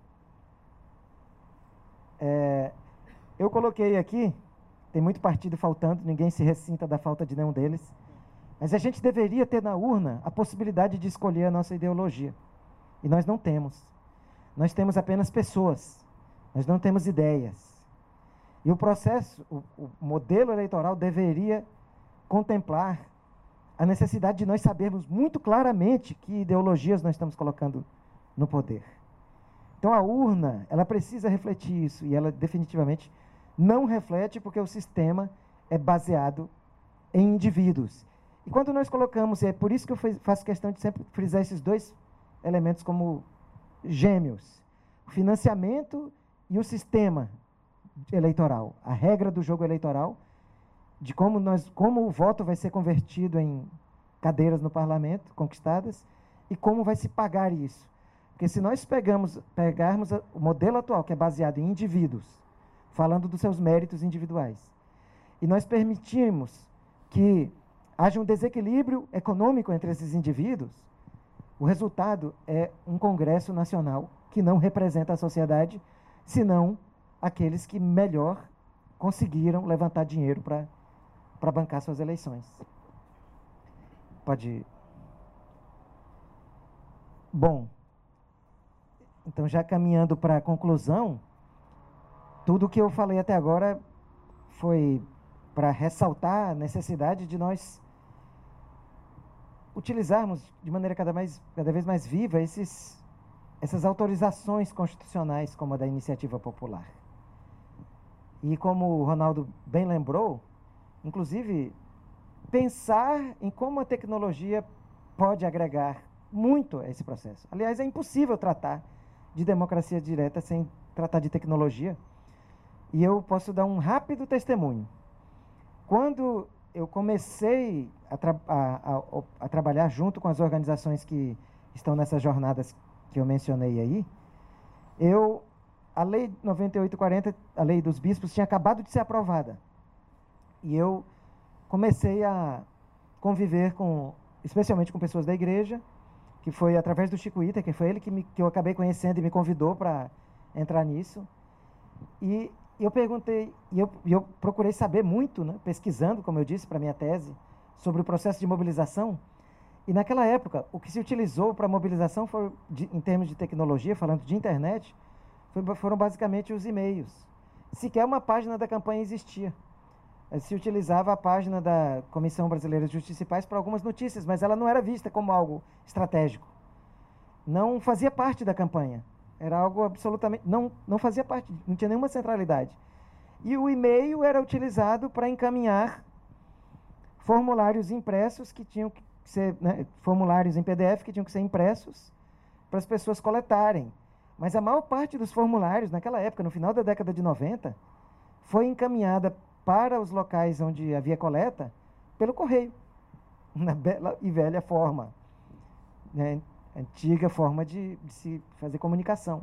É, eu coloquei aqui, tem muito partido faltando, ninguém se ressinta da falta de nenhum deles, mas a gente deveria ter na urna a possibilidade de escolher a nossa ideologia. E nós não temos. Nós temos apenas pessoas, nós não temos ideias. E o processo, o, o modelo eleitoral deveria contemplar a necessidade de nós sabermos muito claramente que ideologias nós estamos colocando no poder. Então a urna, ela precisa refletir isso, e ela definitivamente não reflete, porque o sistema é baseado em indivíduos. E quando nós colocamos, é por isso que eu faço questão de sempre frisar esses dois elementos como gêmeos, o financiamento e o sistema eleitoral, a regra do jogo eleitoral, de como, nós, como o voto vai ser convertido em cadeiras no parlamento, conquistadas, e como vai se pagar isso. Porque se nós pegamos, pegarmos o modelo atual, que é baseado em indivíduos, falando dos seus méritos individuais, e nós permitirmos que haja um desequilíbrio econômico entre esses indivíduos, o resultado é um Congresso Nacional que não representa a sociedade, senão aqueles que melhor conseguiram levantar dinheiro para para bancar suas eleições. Pode ir. Bom, então já caminhando para a conclusão, tudo o que eu falei até agora foi para ressaltar a necessidade de nós utilizarmos de maneira cada, mais, cada vez mais viva esses, essas autorizações constitucionais, como a da iniciativa popular. E como o Ronaldo bem lembrou, inclusive, pensar em como a tecnologia pode agregar muito a esse processo. Aliás, é impossível tratar de democracia direta sem tratar de tecnologia. E eu posso dar um rápido testemunho. Quando eu comecei a, tra a, a, a trabalhar junto com as organizações que estão nessas jornadas que eu mencionei aí, eu, a Lei noventa e oito quarenta, a Lei dos Bispos, tinha acabado de ser aprovada. E eu comecei a conviver com, especialmente com pessoas da igreja, que foi através do Chico Ita, que foi ele que, me, que eu acabei conhecendo e me convidou para entrar nisso. E eu perguntei, e eu, eu procurei saber muito, né, pesquisando, como eu disse, para a minha tese, sobre o processo de mobilização. E naquela época, o que se utilizou para mobilização, foi, de, em termos de tecnologia, falando de internet, foi, foram basicamente os e-mails. Sequer uma página da campanha existia. Se utilizava a página da Comissão Brasileira de Justiça e Paz para algumas notícias, mas ela não era vista como algo estratégico. Não fazia parte da campanha. Era algo absolutamente... Não, não fazia parte, não tinha nenhuma centralidade. E o e-mail era utilizado para encaminhar formulários impressos que tinham que ser... Né, formulários em P D F que tinham que ser impressos para as pessoas coletarem. Mas a maior parte dos formulários, naquela época, no final da década de noventa, foi encaminhada para os locais onde havia coleta pelo correio, na bela e velha forma, né? Antiga forma de, de se fazer comunicação.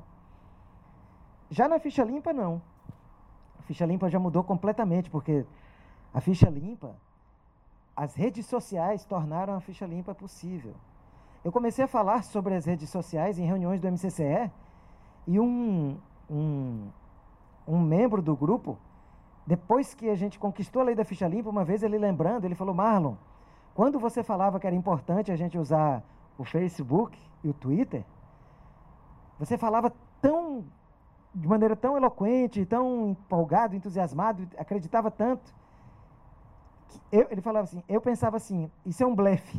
Já na ficha limpa, não. A ficha limpa já mudou completamente, porque a ficha limpa, as redes sociais tornaram a ficha limpa possível. Eu comecei a falar sobre as redes sociais em reuniões do M C C E, e um, um, um membro do grupo, depois que a gente conquistou a lei da ficha limpa, uma vez ele lembrando, ele falou: Marlon, quando você falava que era importante a gente usar o Facebook e o Twitter, você falava tão, de maneira tão eloquente, tão empolgado, entusiasmado, acreditava tanto, que eu, ele falava assim, eu pensava assim, isso é um blefe.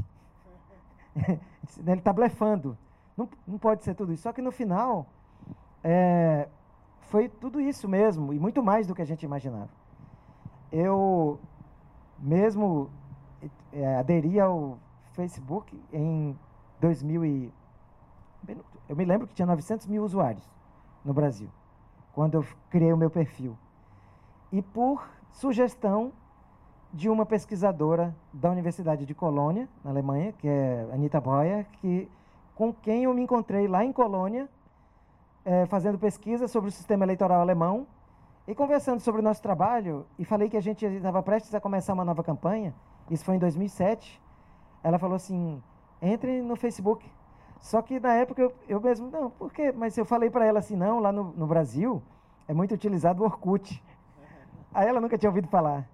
Ele está blefando. Não, não pode ser tudo isso. Só que no final, é, foi tudo isso mesmo, e muito mais do que a gente imaginava. Eu mesmo é, aderi ao Facebook em dois mil e... Eu me lembro que tinha novecentos mil usuários no Brasil, quando eu criei o meu perfil. E por sugestão de uma pesquisadora da Universidade de Colônia, na Alemanha, que é Anita Breuer, que, com quem eu me encontrei lá em Colônia, é, fazendo pesquisa sobre o sistema eleitoral alemão, e conversando sobre o nosso trabalho, e falei que a gente estava prestes a começar uma nova campanha, isso foi em dois mil e sete, ela falou assim, entre no Facebook. Só que na época eu, eu mesmo, não, por quê? Mas eu falei para ela assim, não, lá no, no Brasil é muito utilizado o Orkut. Aí ela nunca tinha ouvido falar.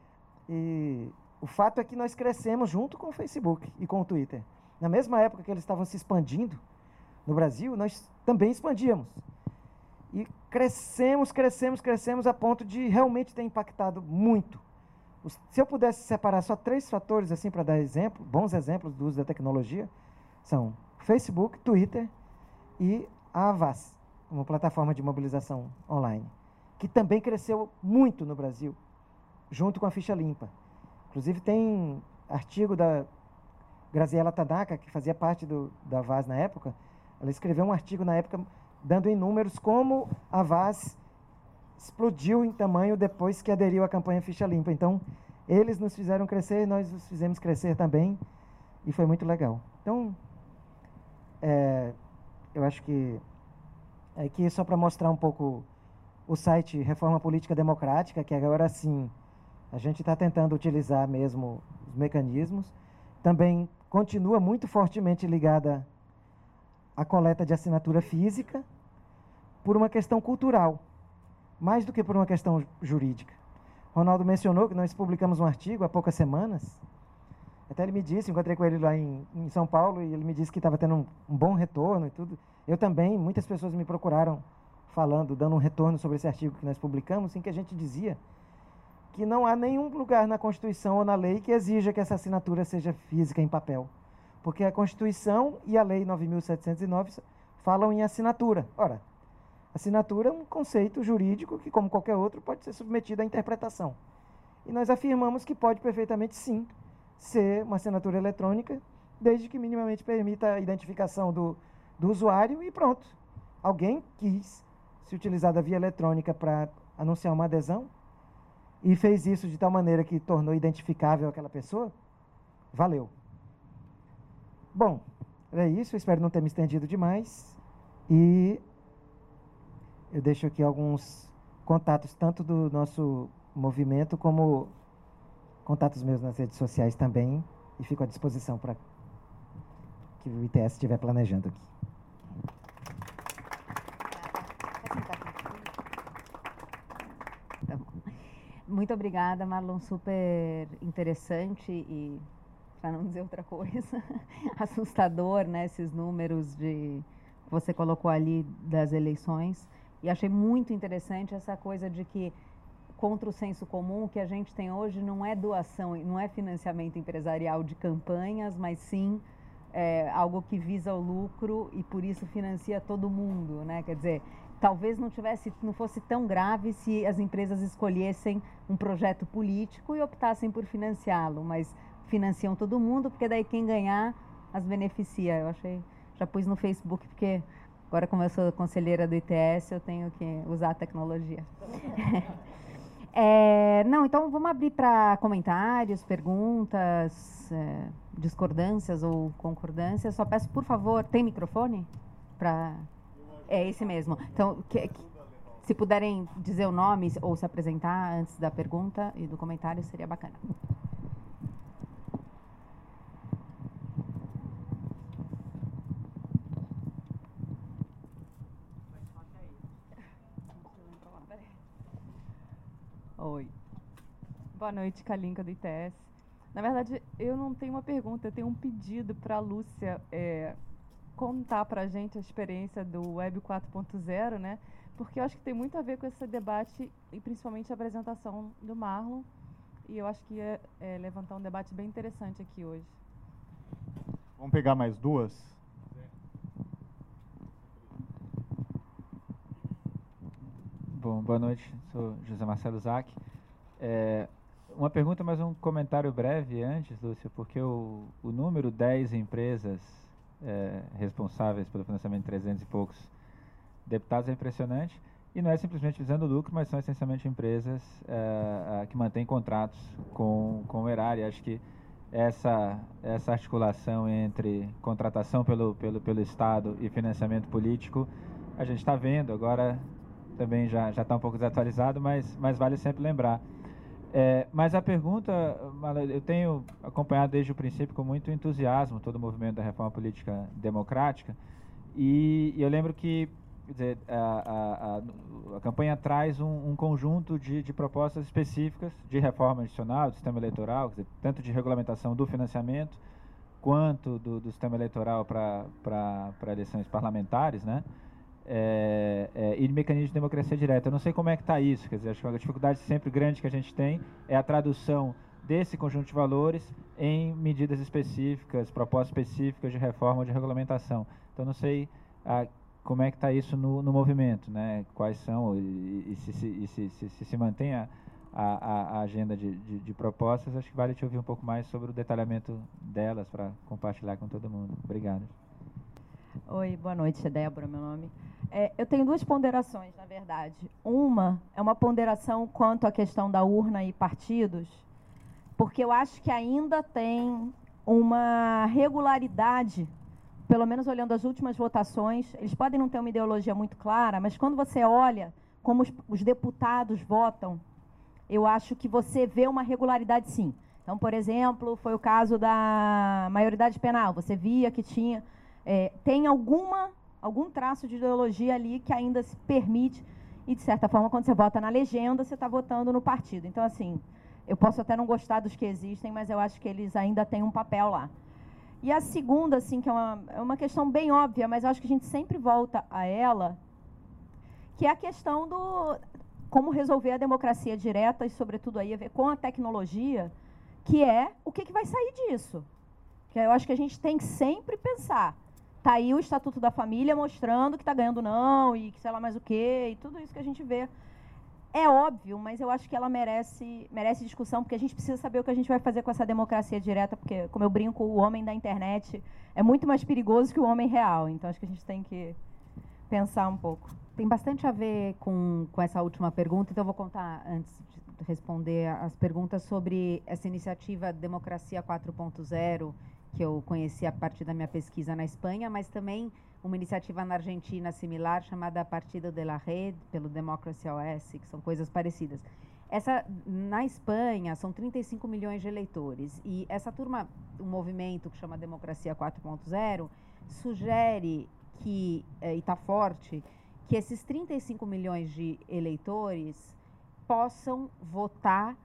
E o fato é que nós crescemos junto com o Facebook e com o Twitter. Na mesma época que eles estavam se expandindo no Brasil, nós também expandíamos. E crescemos, crescemos, crescemos a ponto de realmente ter impactado muito. Os, se eu pudesse separar só três fatores assim para dar exemplo, bons exemplos do uso da tecnologia, são Facebook, Twitter e a Avaz, uma plataforma de mobilização online, que também cresceu muito no Brasil, junto com a ficha limpa. Inclusive tem artigo da Graziela Tanaka, que fazia parte do, da Avaz na época, ela escreveu um artigo na época dando em números como a Avaz explodiu em tamanho depois que aderiu à campanha Ficha Limpa. Então, eles nos fizeram crescer, nós os fizemos crescer também, e foi muito legal. Então, é, eu acho que aqui é só para mostrar um pouco o site Reforma Política Democrática, que agora sim, a gente está tentando utilizar mesmo os mecanismos. Também continua muito fortemente ligada à coleta de assinatura física, por uma questão cultural, mais do que por uma questão jurídica. Ronaldo mencionou que nós publicamos um artigo há poucas semanas, até ele me disse, encontrei com ele lá em, em São Paulo, e ele me disse que estava tendo um, um bom retorno e tudo. Eu também, muitas pessoas me procuraram falando, dando um retorno sobre esse artigo que nós publicamos, em que a gente dizia que não há nenhum lugar na Constituição ou na lei que exija que essa assinatura seja física em papel. Porque a Constituição e a Lei nove mil setecentos e nove falam em assinatura. Ora, assinatura é um conceito jurídico que, como qualquer outro, pode ser submetido à interpretação. E nós afirmamos que pode perfeitamente, sim, ser uma assinatura eletrônica, desde que minimamente permita a identificação do, do usuário e pronto. Alguém quis se utilizar da via eletrônica para anunciar uma adesão e fez isso de tal maneira que tornou identificável aquela pessoa, valeu. Bom, é isso, espero não ter me estendido demais. E eu deixo aqui alguns contatos, tanto do nosso movimento, como contatos meus nas redes sociais também, e fico à disposição para que o I T S estiver planejando aqui. Muito obrigada, Marlon, super interessante e, para não dizer outra coisa, assustador, né, esses números de que você colocou ali das eleições. E achei muito interessante essa coisa de que, contra o senso comum, o que a gente tem hoje não é doação, não é financiamento empresarial de campanhas, mas sim é, algo que visa o lucro e por isso financia todo mundo, né? Quer dizer, talvez não tivesse, não fosse tão grave se as empresas escolhessem um projeto político e optassem por financiá-lo, mas financiam todo mundo, porque daí quem ganhar as beneficia. Eu achei, já pus no Facebook, porque agora, como eu sou conselheira do I T S, eu tenho que usar a tecnologia. É, não, então vamos abrir para comentários, perguntas, é, discordâncias ou concordâncias. Só peço, por favor, tem microfone? Pra... É esse mesmo. Então, que, que, se puderem dizer o nome ou se apresentar antes da pergunta e do comentário, seria bacana. Oi. Boa noite, Kalinka do I T S. Na verdade, eu não tenho uma pergunta, eu tenho um pedido para a Lúcia é, contar para a gente a experiência do Web quatro ponto zero, né? Porque eu acho que tem muito a ver com esse debate e principalmente a apresentação do Marlon. E eu acho que ia é, levantar um debate bem interessante aqui hoje. Vamos pegar mais duas? Bom, boa noite, sou José Marcelo Zac. É, uma pergunta, mas um comentário breve antes, Lúcia, porque o, o número dez empresas é, responsáveis pelo financiamento de trezentos e poucos deputados é impressionante, e não é simplesmente visando lucro, mas são essencialmente empresas é, que mantêm contratos com, com o erário. Acho que essa, essa articulação entre contratação pelo, pelo, pelo Estado e financiamento político, a gente está vendo agora. Também já já está um pouco desatualizado, mas, mas vale sempre lembrar. É, mas a pergunta, eu tenho acompanhado desde o princípio com muito entusiasmo todo o movimento da reforma política democrática, e, e eu lembro que, quer dizer, a, a, a, a campanha traz um, um conjunto de, de propostas específicas de reforma adicional do sistema eleitoral, quer dizer, tanto de regulamentação do financiamento, quanto do, do sistema eleitoral para eleições parlamentares, né? É, é, e de mecanismo de democracia direta. Eu não sei como é que está isso, quer dizer, acho que a dificuldade sempre grande que a gente tem é a tradução desse conjunto de valores em medidas específicas, propostas específicas de reforma ou de regulamentação. Então, não sei ah, como é que está isso no, no movimento, né? Quais são, e, e, se, se, e se, se, se se mantém a, a, a agenda de, de, de propostas. Acho que vale te ouvir um pouco mais sobre o detalhamento delas para compartilhar com todo mundo. Obrigado. Oi, boa noite, é Débora, meu nome. É, eu tenho duas ponderações, na verdade. Uma é uma ponderação quanto à questão da urna e partidos, porque eu acho que ainda tem uma regularidade, pelo menos olhando as últimas votações, eles podem não ter uma ideologia muito clara, mas quando você olha como os, os deputados votam, eu acho que você vê uma regularidade sim. Então, por exemplo, foi o caso da maioridade penal, você via que tinha... É, tem alguma, algum traço de ideologia ali que ainda se permite, e, de certa forma, quando você vota na legenda, você está votando no partido. Então, assim, eu posso até não gostar dos que existem, mas eu acho que eles ainda têm um papel lá. E a segunda, assim, que é uma, é uma questão bem óbvia, mas eu acho que a gente sempre volta a ela, que é a questão do como resolver a democracia direta e, sobretudo, aí a ver com a tecnologia, que é o que, que vai sair disso. Que eu acho que a gente tem que sempre pensar. Está aí o Estatuto da Família mostrando que está ganhando não, e que sei lá mais o quê, e tudo isso que a gente vê. É óbvio, mas eu acho que ela merece, merece discussão, porque a gente precisa saber o que a gente vai fazer com essa democracia direta, porque, como eu brinco, o homem da internet é muito mais perigoso que o homem real. Então, acho que a gente tem que pensar um pouco. Tem bastante a ver com, com essa última pergunta, então eu vou contar, antes de responder as perguntas, sobre essa iniciativa Democracia quatro ponto zero, que eu conheci a partir da minha pesquisa na Espanha, mas também uma iniciativa na Argentina similar, chamada Partido de la Red, pelo Democracy O S, que são coisas parecidas. Essa, na Espanha, são trinta e cinco milhões de eleitores, e essa turma, um movimento que chama Democracia quatro ponto zero, sugere que, e está forte, que esses trinta e cinco milhões de eleitores possam votar,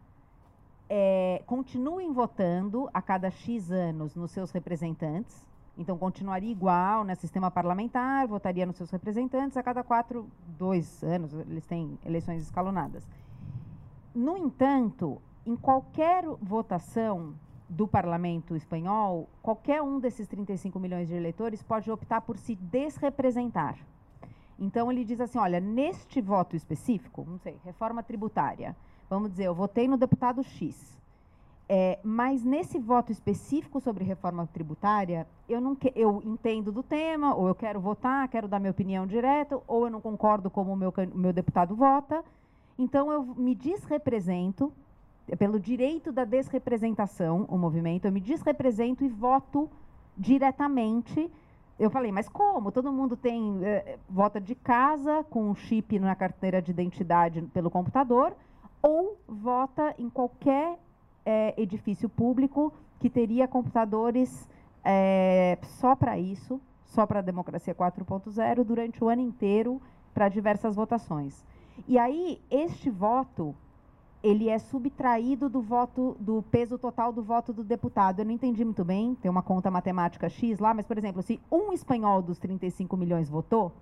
é, continuem votando a cada X anos nos seus representantes. Então, continuaria igual no sistema parlamentar, votaria nos seus representantes a cada quatro, dois anos, eles têm eleições escalonadas. No entanto, em qualquer votação do parlamento espanhol, qualquer um desses trinta e cinco milhões de eleitores pode optar por se desrepresentar. Então, ele diz assim, olha, neste voto específico, não sei, reforma tributária, vamos dizer, eu votei no deputado X, é, mas nesse voto específico sobre reforma tributária, eu, não que, eu entendo do tema, ou eu quero votar, quero dar minha opinião direta, ou eu não concordo como o meu, meu deputado vota, então eu me desrepresento, pelo direito da desrepresentação, o movimento, eu me desrepresento e voto diretamente. Eu falei, mas como? Todo mundo tem, eh, vota de casa, com um chip na carteira de identidade pelo computador, ou vota em qualquer eh, edifício público que teria computadores eh, só para isso, só para a democracia quatro ponto zero, durante o ano inteiro, para diversas votações. E aí, este voto, ele é subtraído do voto, do peso total do voto do deputado. Eu não entendi muito bem, tem uma conta matemática X lá, mas, por exemplo, se um espanhol dos trinta e cinco milhões votou,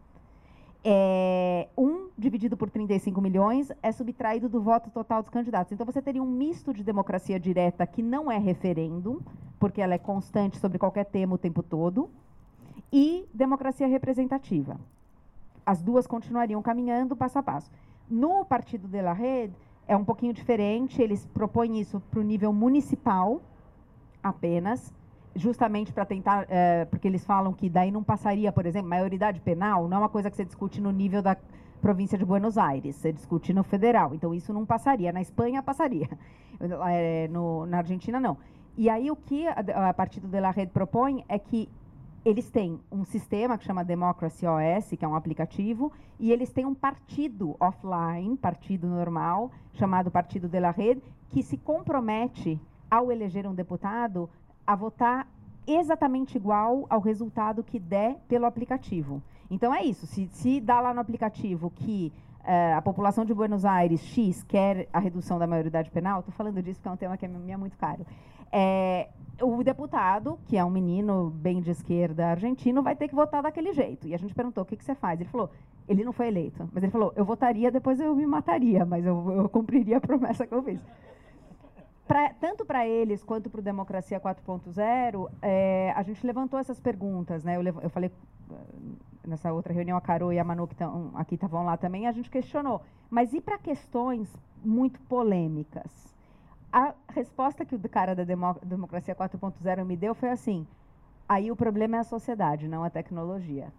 é, um dividido por trinta e cinco milhões é subtraído do voto total dos candidatos. Então, você teria um misto de democracia direta que não é referêndum, porque ela é constante sobre qualquer tema o tempo todo, e democracia representativa. As duas continuariam caminhando passo a passo. No Partido de la Rede, é um pouquinho diferente, eles propõem isso para o nível municipal apenas, justamente para tentar, é, porque eles falam que daí não passaria, por exemplo, maioridade penal não é uma coisa que você discute no nível da província de Buenos Aires, você discute no federal, então isso não passaria. Na Espanha passaria, é, no, na Argentina não. E aí o que a, a Partido de la Rede propõe é que eles têm um sistema que chama Democracy O S, que é um aplicativo, e eles têm um partido offline, partido normal, chamado Partido de la Rede, que se compromete, ao eleger um deputado, a votar exatamente igual ao resultado que der pelo aplicativo. Então, é isso. Se, se dá lá no aplicativo que uh, a população de Buenos Aires, X, quer a redução da maioridade penal, estou falando disso porque é um tema que me é muito caro, é, o deputado, que é um menino bem de esquerda argentino, vai ter que votar daquele jeito. E a gente perguntou, o que, que você faz? Ele falou, ele não foi eleito, mas ele falou, eu votaria, depois eu me mataria, mas eu, eu cumpriria a promessa que eu fiz. Pra, tanto para eles quanto para o Democracia quatro ponto zero, é, a gente levantou essas perguntas, né? Eu, levo, eu falei, nessa outra reunião, a Carol e a Manu, que tão, aqui estavam lá também, a gente questionou. Mas e para questões muito polêmicas? A resposta que o cara da Demo, Democracia quatro ponto zero me deu foi assim, aí o problema é a sociedade, não a tecnologia.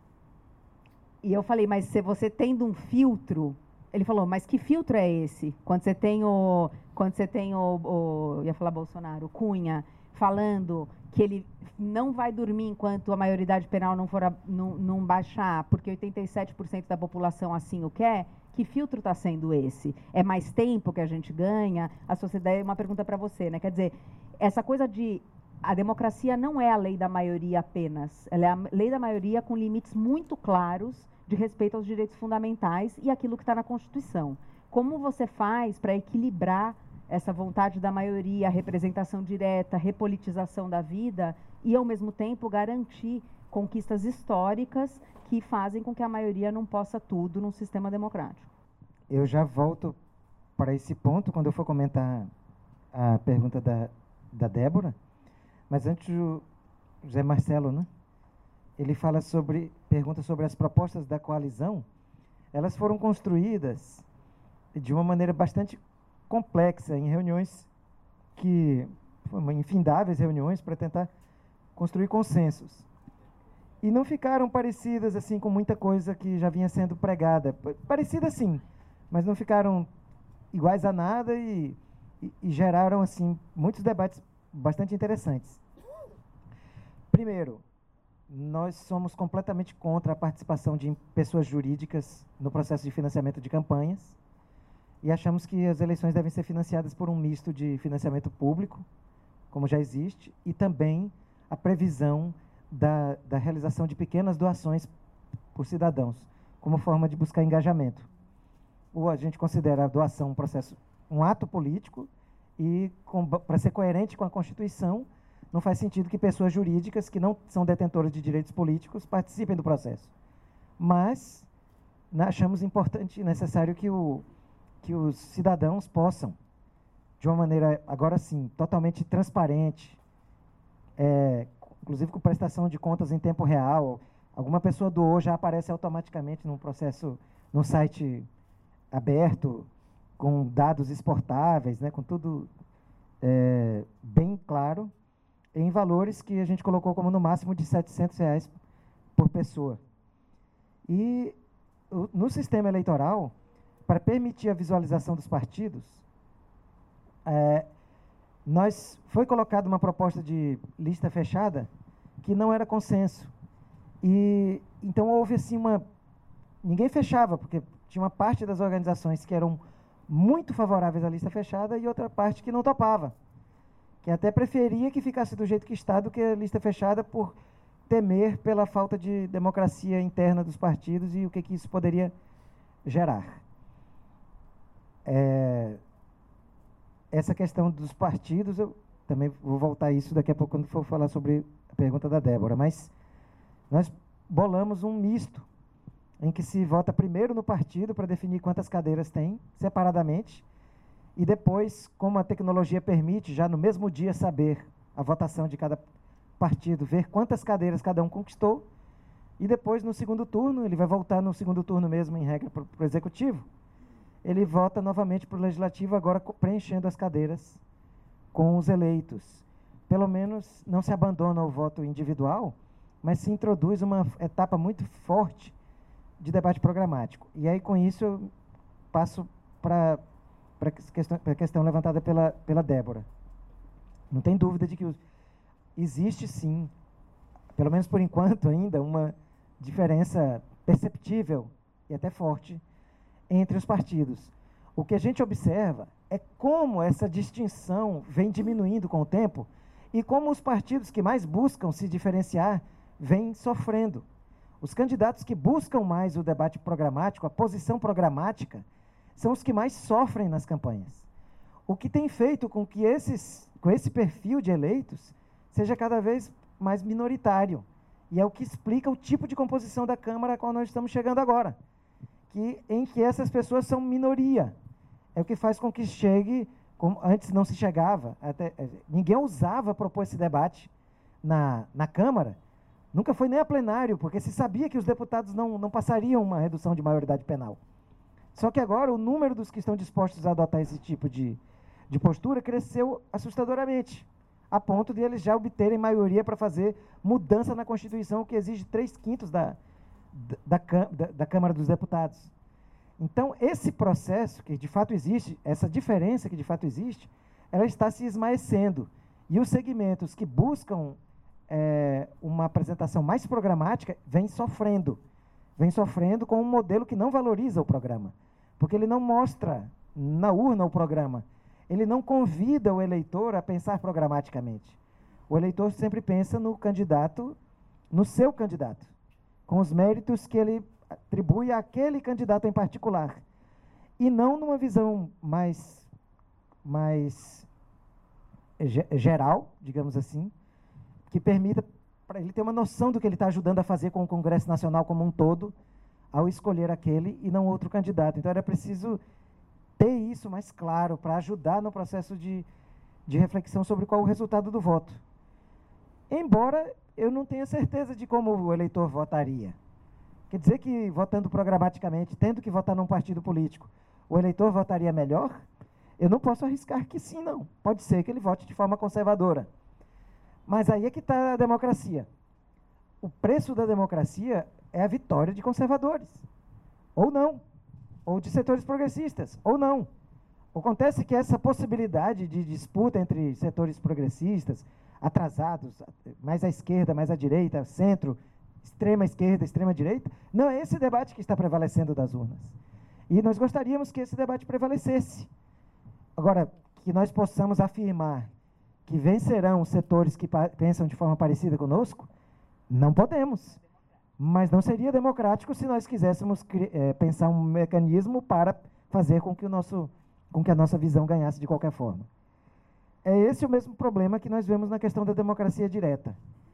E eu falei, mas se você tendo um filtro... Ele falou, mas que filtro é esse? Quando você tem o... Quando você tem o, o ia falar Bolsonaro, Cunha, falando que ele não vai dormir enquanto a maioridade penal não, for a, não, não baixar, porque oitenta e sete por cento da população assim o quer, que filtro está sendo esse? É mais tempo que a gente ganha? A sociedade, uma pergunta para você, né? Quer dizer, essa coisa de... A democracia não é a lei da maioria apenas, ela é a lei da maioria com limites muito claros de respeito aos direitos fundamentais e aquilo que está na Constituição. Como você faz para equilibrar essa vontade da maioria, a representação direta, a repolitização da vida e, ao mesmo tempo, garantir conquistas históricas que fazem com que a maioria não possa tudo num sistema democrático? Eu já volto para esse ponto quando eu for comentar a pergunta da, da Débora, mas antes o José Marcelo, né? Ele fala sobre, pergunta sobre as propostas da coalizão. Elas foram construídas de uma maneira bastante complexa, em reuniões que, foram infindáveis reuniões para tentar construir consensos. E não ficaram parecidas assim com muita coisa que já vinha sendo pregada. Parecidas sim, mas não ficaram iguais a nada e, e, e geraram assim muitos debates bastante interessantes. Primeiro, nós somos completamente contra a participação de pessoas jurídicas no processo de financiamento de campanhas e achamos que as eleições devem ser financiadas por um misto de financiamento público, como já existe, e também a previsão da, da realização de pequenas doações por cidadãos, como forma de buscar engajamento. ou a gente considera a doação um processo, um ato político, e para ser coerente com a Constituição, não faz sentido que pessoas jurídicas que não são detentoras de direitos políticos participem do processo. Mas achamos importante e necessário que, o, que os cidadãos possam, de uma maneira, agora sim, totalmente transparente, é, inclusive com prestação de contas em tempo real, alguma pessoa doou, já aparece automaticamente num processo, num site aberto, com dados exportáveis, né, com tudo é, bem claro, em valores que a gente colocou como no máximo de setecentos reais por pessoa. E o, no sistema eleitoral, para permitir a visualização dos partidos, é, nós, foi colocada uma proposta de lista fechada que não era consenso. E, então, houve assim uma... Ninguém fechava, porque tinha uma parte das organizações que eram muito favoráveis à lista fechada e outra parte que não topava, que até preferia que ficasse do jeito que está do que a lista fechada, por temer pela falta de democracia interna dos partidos e o que, que isso poderia gerar. É, essa questão dos partidos, eu também vou voltar a isso daqui a pouco quando for falar sobre a pergunta da Débora, mas nós bolamos um misto, em que se vota primeiro no partido para definir quantas cadeiras tem, separadamente, e depois, como a tecnologia permite, já no mesmo dia saber a votação de cada partido, ver quantas cadeiras cada um conquistou, e depois, no segundo turno, ele vai voltar no segundo turno mesmo, em regra, para o Executivo, ele vota novamente para o Legislativo, agora preenchendo as cadeiras com os eleitos. Pelo menos não se abandona o voto individual, mas se introduz uma etapa muito forte de debate programático. E aí, com isso, eu passo para a questão, questão levantada pela, pela Débora. Não tem dúvida de que os, existe, sim, pelo menos por enquanto ainda, uma diferença perceptível e até forte entre os partidos. O que a gente observa é como essa distinção vem diminuindo com o tempo e como os partidos que mais buscam se diferenciar vêm sofrendo. Os candidatos que buscam mais o debate programático, a posição programática, são os que mais sofrem nas campanhas. O que tem feito com que esses, com esse perfil de eleitos seja cada vez mais minoritário. E é o que explica o tipo de composição da Câmara a qual nós estamos chegando agora, que, em que essas pessoas são minoria. É o que faz com que chegue, como antes não se chegava, até, ninguém ousava propor esse debate na, na Câmara. Nunca foi nem a plenário, porque se sabia que os deputados não, não passariam uma redução de maioridade penal. Só que agora o número dos que estão dispostos a adotar esse tipo de, de postura cresceu assustadoramente, a ponto de eles já obterem maioria para fazer mudança na Constituição, que exige três quintos da, da, da, da Câmara dos Deputados. Então, esse processo que de fato existe, essa diferença que de fato existe, ela está se esmaecendo. E os segmentos que buscam É, uma apresentação mais programática, vem sofrendo. Vem sofrendo com um modelo que não valoriza o programa. Porque ele não mostra na urna o programa. Ele não convida o eleitor a pensar programaticamente. O eleitor sempre pensa no candidato, no seu candidato, com os méritos que ele atribui àquele candidato em particular. E não numa visão mais, mais geral, digamos assim, que permita para ele ter uma noção do que ele está ajudando a fazer com o Congresso Nacional como um todo, ao escolher aquele e não outro candidato. Então, era preciso ter isso mais claro para ajudar no processo de, de reflexão sobre qual o resultado do voto. Embora eu não tenha certeza de como o eleitor votaria. Quer dizer que, votando programaticamente, tendo que votar num partido político, o eleitor votaria melhor? Eu não posso arriscar que sim, não. Pode ser que ele vote de forma conservadora. Mas aí é que está a democracia. O preço da democracia é a vitória de conservadores. Ou não. Ou de setores progressistas. Ou não. Acontece que essa possibilidade de disputa entre setores progressistas, atrasados, mais à esquerda, mais à direita, centro, extrema esquerda, extrema direita, não é esse debate que está prevalecendo das urnas. E nós gostaríamos que esse debate prevalecesse. Agora, que nós possamos afirmar que vencerão os setores que pensam de forma parecida conosco, não podemos. Mas não seria democrático se nós quiséssemos é, pensar um mecanismo para fazer com que, o nosso, com que a nossa visão ganhasse de qualquer forma. É esse o mesmo problema que nós vemos na questão da democracia direta.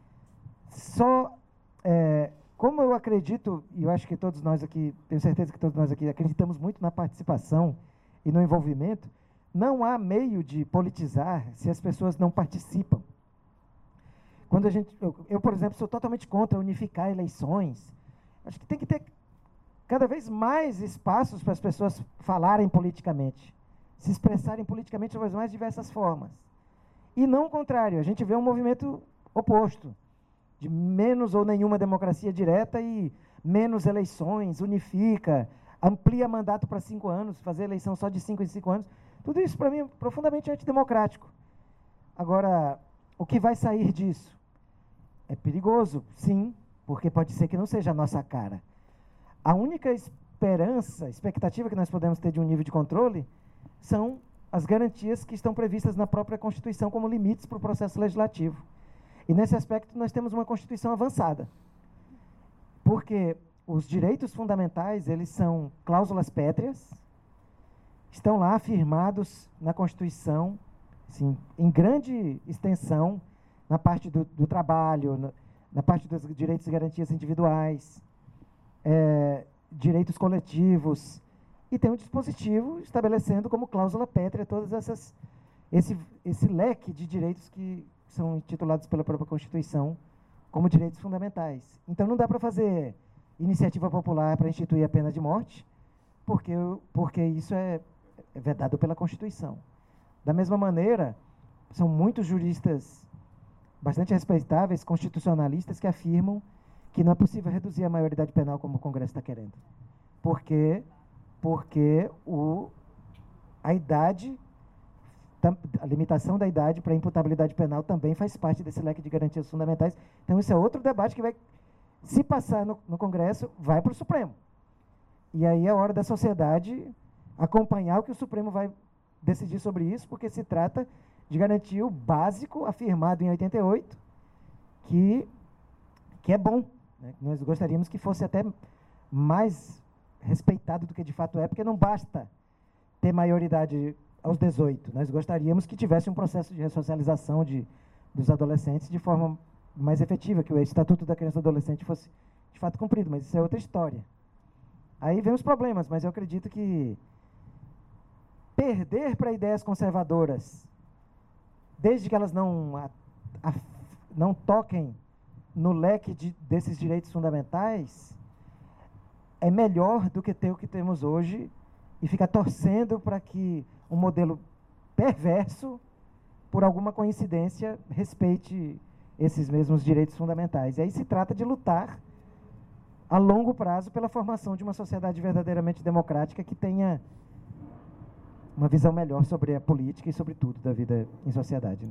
Só, é, como eu acredito, e eu acho que todos nós aqui, tenho certeza que todos nós aqui acreditamos muito na participação e no envolvimento, não há meio de politizar se as pessoas não participam. Quando a gente, eu, eu, por exemplo, sou totalmente contra unificar eleições. Acho que tem que ter cada vez mais espaços para as pessoas falarem politicamente, se expressarem politicamente sobre as mais diversas formas. E não o contrário, a gente vê um movimento oposto, de menos ou nenhuma democracia direta e menos eleições, unifica, amplia mandato para cinco anos, fazer eleição só de cinco em cinco anos. Tudo isso, para mim, é profundamente antidemocrático. Agora, o que vai sair disso? É perigoso, sim, porque pode ser que não seja a nossa cara. A única esperança, expectativa que nós podemos ter de um nível de controle são as garantias que estão previstas na própria Constituição como limites para o processo legislativo. E nesse aspecto nós temos uma Constituição avançada, porque os direitos fundamentais, eles são cláusulas pétreas, estão lá afirmados na Constituição, assim, em grande extensão, na parte do, do trabalho, na, na parte dos direitos e garantias individuais, é, direitos coletivos, e tem um dispositivo estabelecendo como cláusula pétrea todas essas, esse, esse leque de direitos que são intitulados pela própria Constituição como direitos fundamentais. Então não dá para fazer iniciativa popular para instituir a pena de morte, porque, porque isso é, é vedado pela Constituição. Da mesma maneira, são muitos juristas bastante respeitáveis, constitucionalistas, que afirmam que não é possível reduzir a maioridade penal como o Congresso está querendo. Porque, porque o, a idade, a limitação da idade para a imputabilidade penal também faz parte desse leque de garantias fundamentais. Então, isso é outro debate que vai, se passar no, no Congresso, vai para o Supremo. E aí é hora da sociedade acompanhar o que o Supremo vai decidir sobre isso, porque se trata de garantir o básico afirmado em oitenta e oito, que, que é bom, né? Nós gostaríamos que fosse até mais respeitado do que de fato é, porque não basta ter maioridade aos dezoito. Nós gostaríamos que tivesse um processo de ressocialização de, dos adolescentes de forma mais efetiva, que o Estatuto da Criança e do Adolescente fosse de fato cumprido, mas isso é outra história. Aí vem os problemas, mas eu acredito que perder para ideias conservadoras, desde que elas não, a, a, não toquem no leque de, desses direitos fundamentais, é melhor do que ter o que temos hoje e ficar torcendo para que um modelo perverso, por alguma coincidência, respeite esses mesmos direitos fundamentais. E aí se trata de lutar a longo prazo pela formação de uma sociedade verdadeiramente democrática que tenha uma visão melhor sobre a política e sobre tudo da vida em sociedade, né?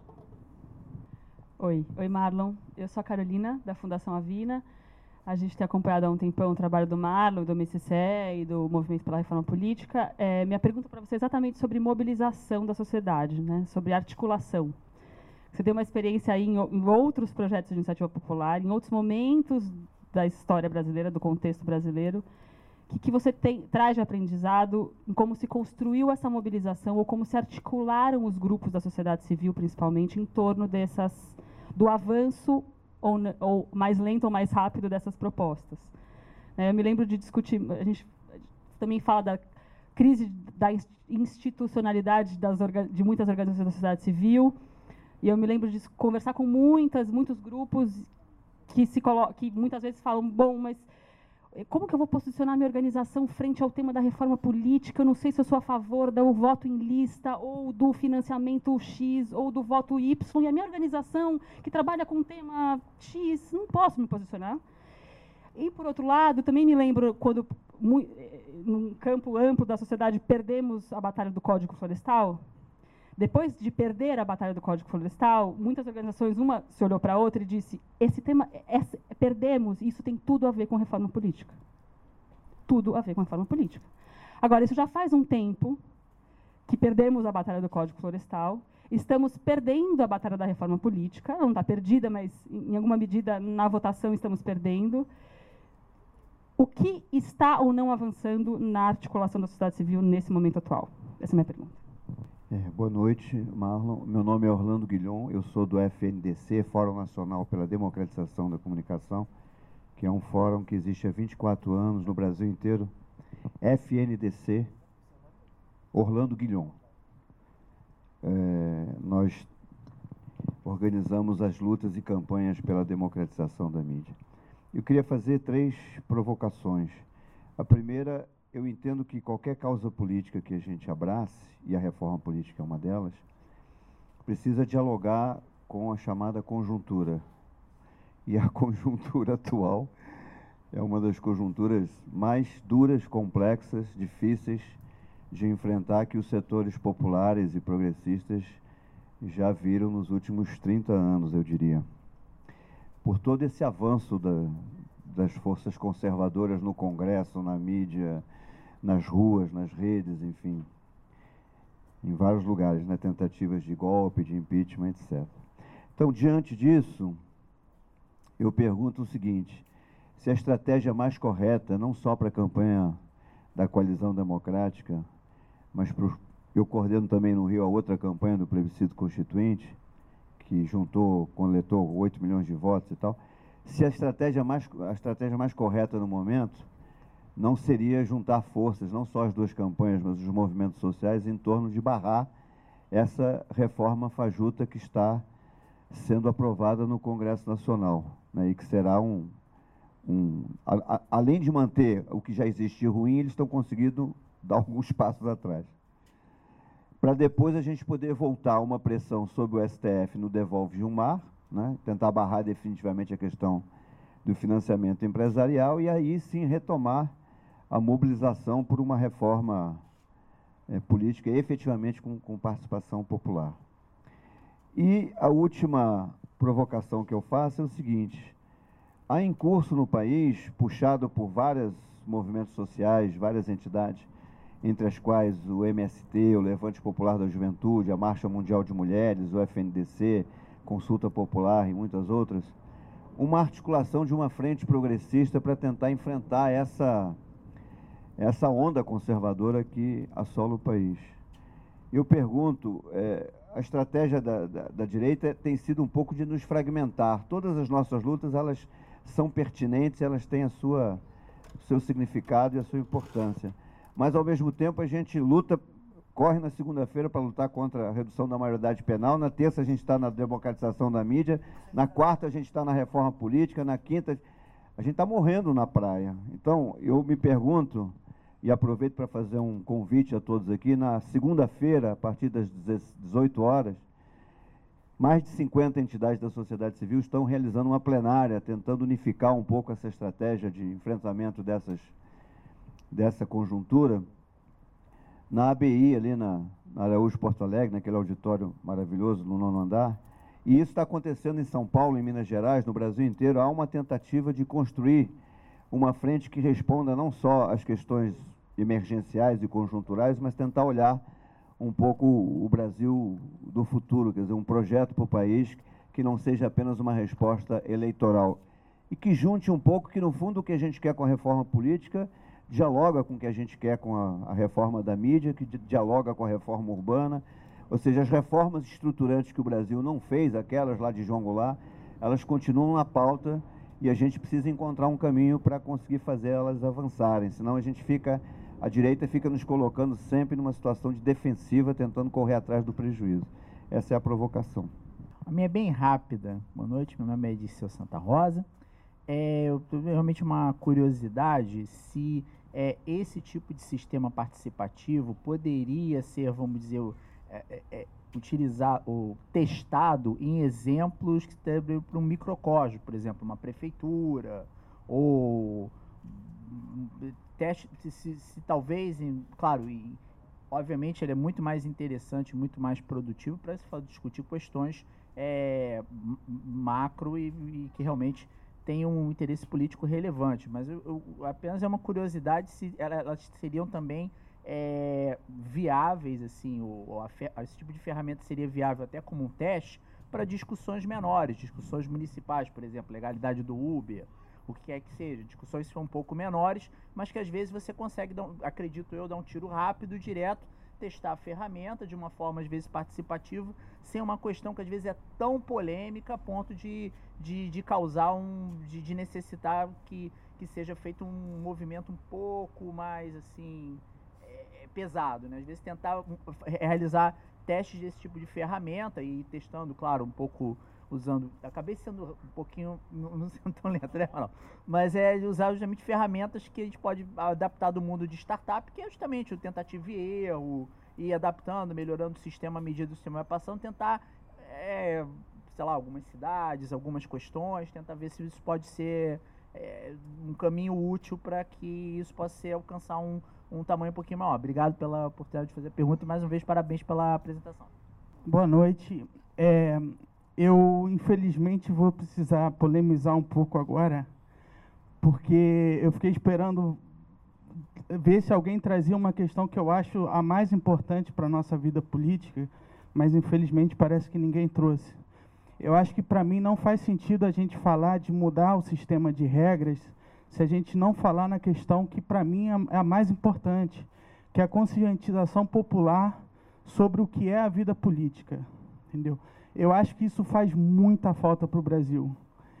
Oi, oi Marlon, eu sou a Carolina, da Fundação Avina. A gente tem acompanhado há um tempão o trabalho do Marlon, do M C C E e do Movimento pela Reforma Política. É, minha pergunta para você é exatamente sobre mobilização da sociedade, né? Sobre articulação. Você tem uma experiência aí em, em outros projetos de iniciativa popular, em outros momentos da história brasileira, do contexto brasileiro. O que, que você tem, traz de aprendizado em como se construiu essa mobilização ou como se articularam os grupos da sociedade civil, principalmente, em torno dessas, do avanço ou, ou mais lento ou mais rápido dessas propostas? É, eu me lembro de discutir, a gente também fala da crise da institucionalidade das orga, de muitas organizações da sociedade civil, e eu me lembro de conversar com muitas, muitos grupos que, se colo que muitas vezes falam, bom, mas como que eu vou posicionar minha organização frente ao tema da reforma política? Eu não sei se eu sou a favor do voto em lista, ou do financiamento X, ou do voto Y, e a minha organização, que trabalha com o tema X, não posso me posicionar. E, por outro lado, também me lembro quando, num campo amplo da sociedade, perdemos a batalha do Código Florestal. Depois de perder a batalha do Código Florestal, muitas organizações, uma se olhou para a outra e disse, esse tema, esse, perdemos, isso tem tudo a ver com reforma política. Tudo a ver com reforma política. Agora, isso já faz um tempo que perdemos a batalha do Código Florestal, estamos perdendo a batalha da reforma política, não está perdida, mas, em alguma medida, na votação estamos perdendo. o que está ou não avançando na articulação da sociedade civil nesse momento atual? Essa é a minha pergunta. É, boa noite, Marlon. Meu nome é Orlando Guilhom, eu sou do F N D C, Fórum Nacional pela Democratização da Comunicação, que é um fórum que existe há vinte e quatro anos no Brasil inteiro. F N D C, Orlando Guilhom. É, nós organizamos as lutas e campanhas pela democratização da mídia. Eu queria fazer três provocações. A primeira, eu entendo que qualquer causa política que a gente abrace, e a reforma política é uma delas, precisa dialogar com a chamada conjuntura. E a conjuntura atual é uma das conjunturas mais duras, complexas, difíceis de enfrentar que os setores populares e progressistas já viram nos últimos trinta anos, eu diria. Por todo esse avanço da, das forças conservadoras no Congresso, na mídia, nas ruas, nas redes, enfim, em vários lugares, né, tentativas de golpe, de impeachment, etcétera. Então, diante disso, eu pergunto o seguinte: se a estratégia mais correta, não só para a campanha da Coalizão Democrática, mas pro, eu coordeno também no Rio a outra campanha do plebiscito constituinte, que juntou, coletou oito milhões de votos e tal, se a estratégia mais, a estratégia mais correta no momento não seria juntar forças, não só as duas campanhas, mas os movimentos sociais, em torno de barrar essa reforma fajuta que está sendo aprovada no Congresso Nacional, né, e que será um... um a, a, além de manter o que já existia ruim, eles estão conseguindo dar alguns passos atrás. Para depois a gente poder voltar uma pressão sobre o S T F no Devolve Gilmar, né, tentar barrar definitivamente a questão do financiamento empresarial e aí sim retomar a mobilização por uma reforma é, política efetivamente com, com participação popular. E a última provocação que eu faço é o seguinte: há em curso no país, puxado por vários movimentos sociais, várias entidades, entre as quais o M S T, o Levante Popular da Juventude, a Marcha Mundial de Mulheres, o F N D C, Consulta Popular e muitas outras, uma articulação de uma frente progressista para tentar enfrentar essa, essa onda conservadora que assola o país. Eu pergunto, é, a estratégia da, da, da direita tem sido um pouco de nos fragmentar. Todas as nossas lutas, elas são pertinentes, elas têm a sua, o seu significado e a sua importância. Mas, ao mesmo tempo, a gente luta, corre na segunda-feira para lutar contra a redução da maioridade penal, na terça a gente está na democratização da mídia, na quarta a gente está na reforma política, na quinta a gente está morrendo na praia. Então, eu me pergunto, e aproveito para fazer um convite a todos aqui, na segunda-feira, a partir das dezoito horas, mais de cinquenta entidades da sociedade civil estão realizando uma plenária, tentando unificar um pouco essa estratégia de enfrentamento dessas dessa conjuntura, na A B I, ali na, na Araújo Porto Alegre, naquele auditório maravilhoso no nono andar, e isso está acontecendo em São Paulo, em Minas Gerais, no Brasil inteiro. Há uma tentativa de construir uma frente que responda não só às questões emergenciais e conjunturais, mas tentar olhar um pouco o Brasil do futuro, quer dizer, um projeto para o país que não seja apenas uma resposta eleitoral, e que junte um pouco que, no fundo, o que a gente quer com a reforma política dialoga com o que a gente quer com a, a reforma da mídia, que dialoga com a reforma urbana, ou seja, as reformas estruturantes que o Brasil não fez, aquelas lá de João Goulart, elas continuam na pauta e a gente precisa encontrar um caminho para conseguir fazer elas avançarem, senão a gente fica, a direita fica nos colocando sempre numa situação de defensiva, tentando correr atrás do prejuízo. Essa é a provocação. A minha é bem rápida. Boa noite, meu nome é Ediceu Santa Rosa. É, eu tenho realmente uma curiosidade se é, esse tipo de sistema participativo poderia ser, vamos dizer, é, é, é, utilizar ou testado em exemplos que servem para um microcosmo, por exemplo, uma prefeitura, ou teste, se, se, se talvez, em, claro, e, obviamente ele é muito mais interessante, muito mais produtivo para se discutir questões é, macro e, e que realmente tem um interesse político relevante, mas eu, eu, apenas é uma curiosidade se elas seriam também é, viáveis, assim, ou, ou a, esse tipo de ferramenta seria viável até como um teste para discussões menores, discussões municipais, por exemplo, legalidade do Uber, o que quer que seja. Discussões são um pouco menores, mas que às vezes você consegue, dar um, acredito eu, dar um tiro rápido, direto, testar a ferramenta de uma forma, às vezes, participativa, sem uma questão que às vezes é tão polêmica a ponto de, de, de causar um. de, de necessitar que, que seja feito um movimento um pouco mais assim é, pesado, né? Às vezes tentar realizar testes desse tipo de ferramenta e ir testando, claro, um pouco usando. Acabei sendo um pouquinho. não, não sendo tão lento, né, não? Mas é usar justamente ferramentas que a gente pode adaptar do mundo de startup, que é justamente o tentativa e erro, ir adaptando, melhorando o sistema à medida que o sistema vai passando, tentar, é, sei lá, algumas cidades, algumas questões, tentar ver se isso pode ser é, um caminho útil para que isso possa ser, alcançar um, um tamanho um pouquinho maior. Obrigado pela oportunidade de fazer a pergunta e mais uma vez parabéns pela apresentação. Boa noite. É, eu, infelizmente, vou precisar polemizar um pouco agora, porque eu fiquei esperando ver se alguém trazia uma questão que eu acho a mais importante para a nossa vida política, mas infelizmente parece que ninguém trouxe. Eu acho que para mim não faz sentido a gente falar de mudar o sistema de regras se a gente não falar na questão que para mim é a mais importante, que é a conscientização popular sobre o que é a vida política, entendeu? Eu acho que isso faz muita falta para o Brasil.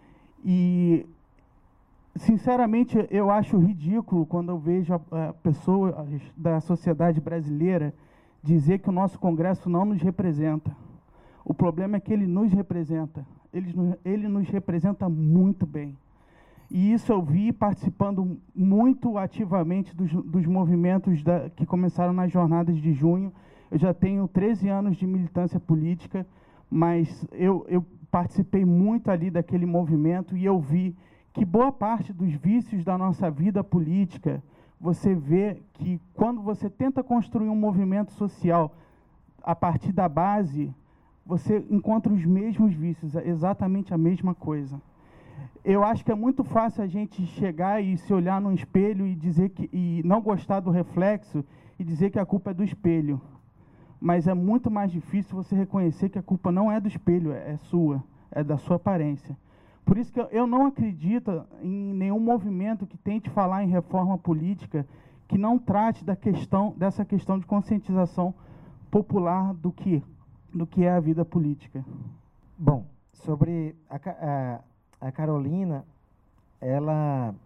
E sinceramente, eu acho ridículo quando eu vejo a, a pessoa da sociedade brasileira dizer que o nosso Congresso não nos representa. O problema é que ele nos representa. Ele, ele nos representa muito bem. E isso eu vi participando muito ativamente dos, dos movimentos da, que começaram nas jornadas de junho. Eu já tenho treze anos de militância política, mas eu, eu participei muito ali daquele movimento e eu vi que boa parte dos vícios da nossa vida política, você vê que quando você tenta construir um movimento social a partir da base, você encontra os mesmos vícios, exatamente a mesma coisa. Eu acho que é muito fácil a gente chegar e se olhar no espelho e dizer que e não gostar do reflexo e dizer que a culpa é do espelho. Mas é muito mais difícil você reconhecer que a culpa não é do espelho, é sua, é da sua aparência. Por isso que eu não acredito em nenhum movimento que tente falar em reforma política que não trate da questão, dessa questão de conscientização popular do que, do que é a vida política. Bom, sobre a, a, a Carolina, ela,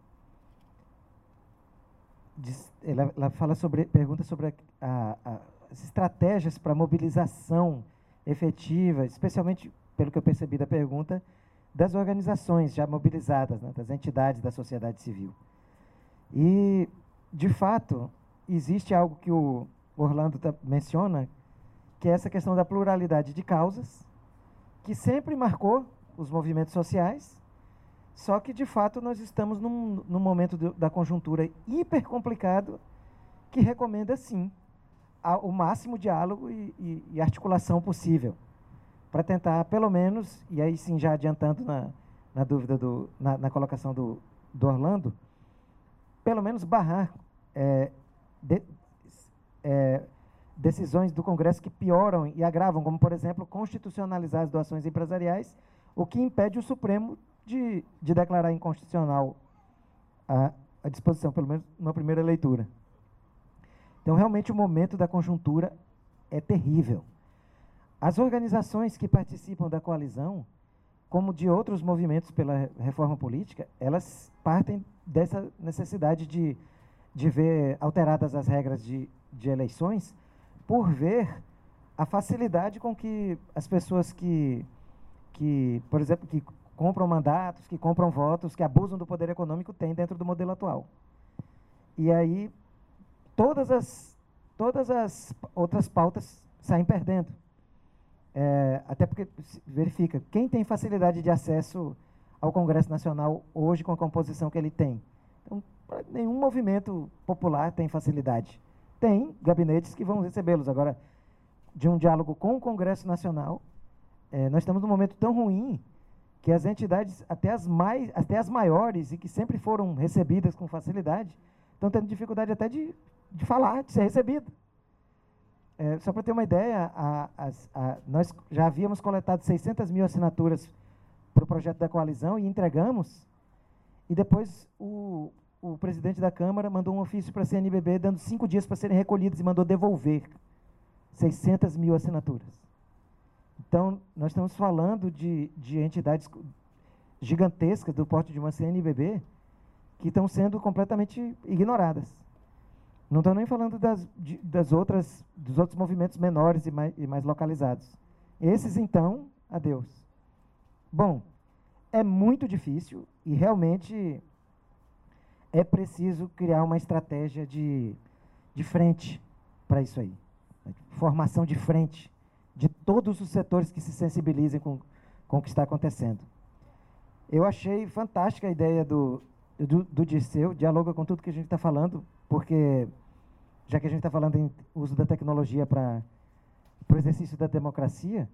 diz, ela, ela fala sobre, pergunta sobre a, a, a, as estratégias para mobilização efetiva, especialmente, pelo que eu percebi da pergunta, das organizações já mobilizadas, né, das entidades da sociedade civil. E, de fato, existe algo que o Orlando tá, menciona, que é essa questão da pluralidade de causas, que sempre marcou os movimentos sociais, só que, de fato, nós estamos num, num momento do, da conjuntura hiper complicado que recomenda, sim, a, o máximo diálogo e, e, e articulação possível, para tentar, pelo menos, e aí sim, já adiantando na, na dúvida, do, na, na colocação do, do Orlando, pelo menos barrar é, de, é, decisões do Congresso que pioram e agravam, como, por exemplo, constitucionalizar as doações empresariais, o que impede o Supremo de, de declarar inconstitucional a, a disposição, pelo menos numa primeira leitura. Então, realmente, o momento da conjuntura é terrível. As organizações que participam da coalizão, como de outros movimentos pela reforma política, elas partem dessa necessidade de, de ver alteradas as regras de, de eleições, por ver a facilidade com que as pessoas que, que, por exemplo, que compram mandatos, que compram votos, que abusam do poder econômico têm dentro do modelo atual. E aí, todas as, todas as outras pautas saem perdendo. É, até porque verifica, quem tem facilidade de acesso ao Congresso Nacional hoje com a composição que ele tem? Então, nenhum movimento popular tem facilidade. Tem gabinetes que vão recebê-los. Agora, de um diálogo com o Congresso Nacional, é, nós estamos num momento tão ruim que as entidades, até as, mais, até as maiores e que sempre foram recebidas com facilidade, estão tendo dificuldade até de, de falar, de ser recebido. É, só para ter uma ideia, a, a, a, nós já havíamos coletado seiscentas mil assinaturas para o projeto da coalizão e entregamos, e depois o, o presidente da Câmara mandou um ofício para a C N B B dando cinco dias para serem recolhidos e mandou devolver seiscentas mil assinaturas. Então, nós estamos falando de, de entidades gigantescas do porte de uma C N B B que estão sendo completamente ignoradas. Não estou nem falando das, de, das outras, dos outros movimentos menores e mais, e mais localizados. Esses, então, adeus. Bom, é muito difícil e realmente é preciso criar uma estratégia de, de frente para isso aí. Formação de frente de todos os setores que se sensibilizem com, com o que está acontecendo. Eu achei fantástica a ideia do, do, do Dirceu, dialoga com tudo que a gente está falando, porque, já que a gente está falando em uso da tecnologia para o exercício da democracia,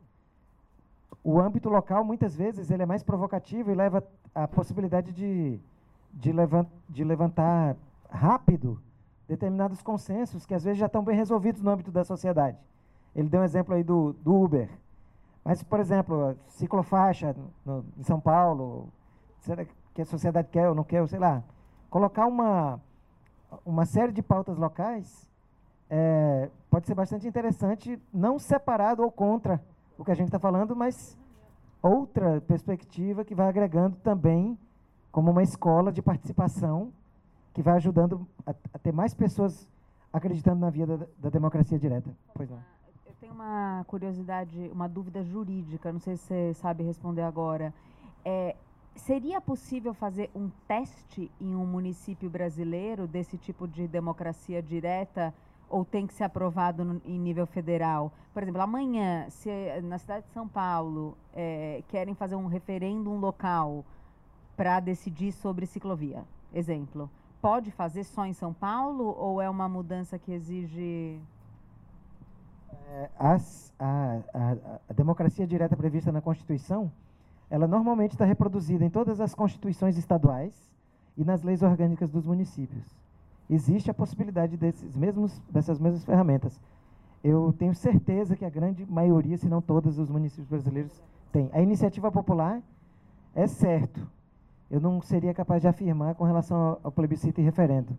o âmbito local, muitas vezes, ele é mais provocativo e leva a possibilidade de, de, levant, de levantar rápido determinados consensos que, às vezes, já estão bem resolvidos no âmbito da sociedade. Ele deu um exemplo aí do, do Uber. Mas, por exemplo, ciclofaixa no, em São Paulo, será que a sociedade quer ou não quer, ou sei lá. Colocar uma, uma série de pautas locais é, pode ser bastante interessante, não separado ou contra o que a gente está falando, mas outra perspectiva que vai agregando também como uma escola de participação que vai ajudando a, a ter mais pessoas acreditando na via da, da democracia direta. Pois não. Eu tenho uma curiosidade, uma dúvida jurídica, não sei se você sabe responder agora. É, seria possível fazer um teste em um município brasileiro desse tipo de democracia direta ou tem que ser aprovado no, em nível federal? Por exemplo, amanhã, se na cidade de São Paulo é, querem fazer um referêndum local para decidir sobre ciclovia, exemplo, pode fazer só em São Paulo ou é uma mudança que exige... É, as, a, a, a democracia direta prevista na Constituição, ela normalmente está reproduzida em todas as constituições estaduais e nas leis orgânicas dos municípios. Existe a possibilidade desses mesmos, dessas mesmas ferramentas. Eu tenho certeza que a grande maioria, se não todos os municípios brasileiros, têm. A iniciativa popular é certo. Eu não seria capaz de afirmar com relação ao, ao plebiscito e referendo.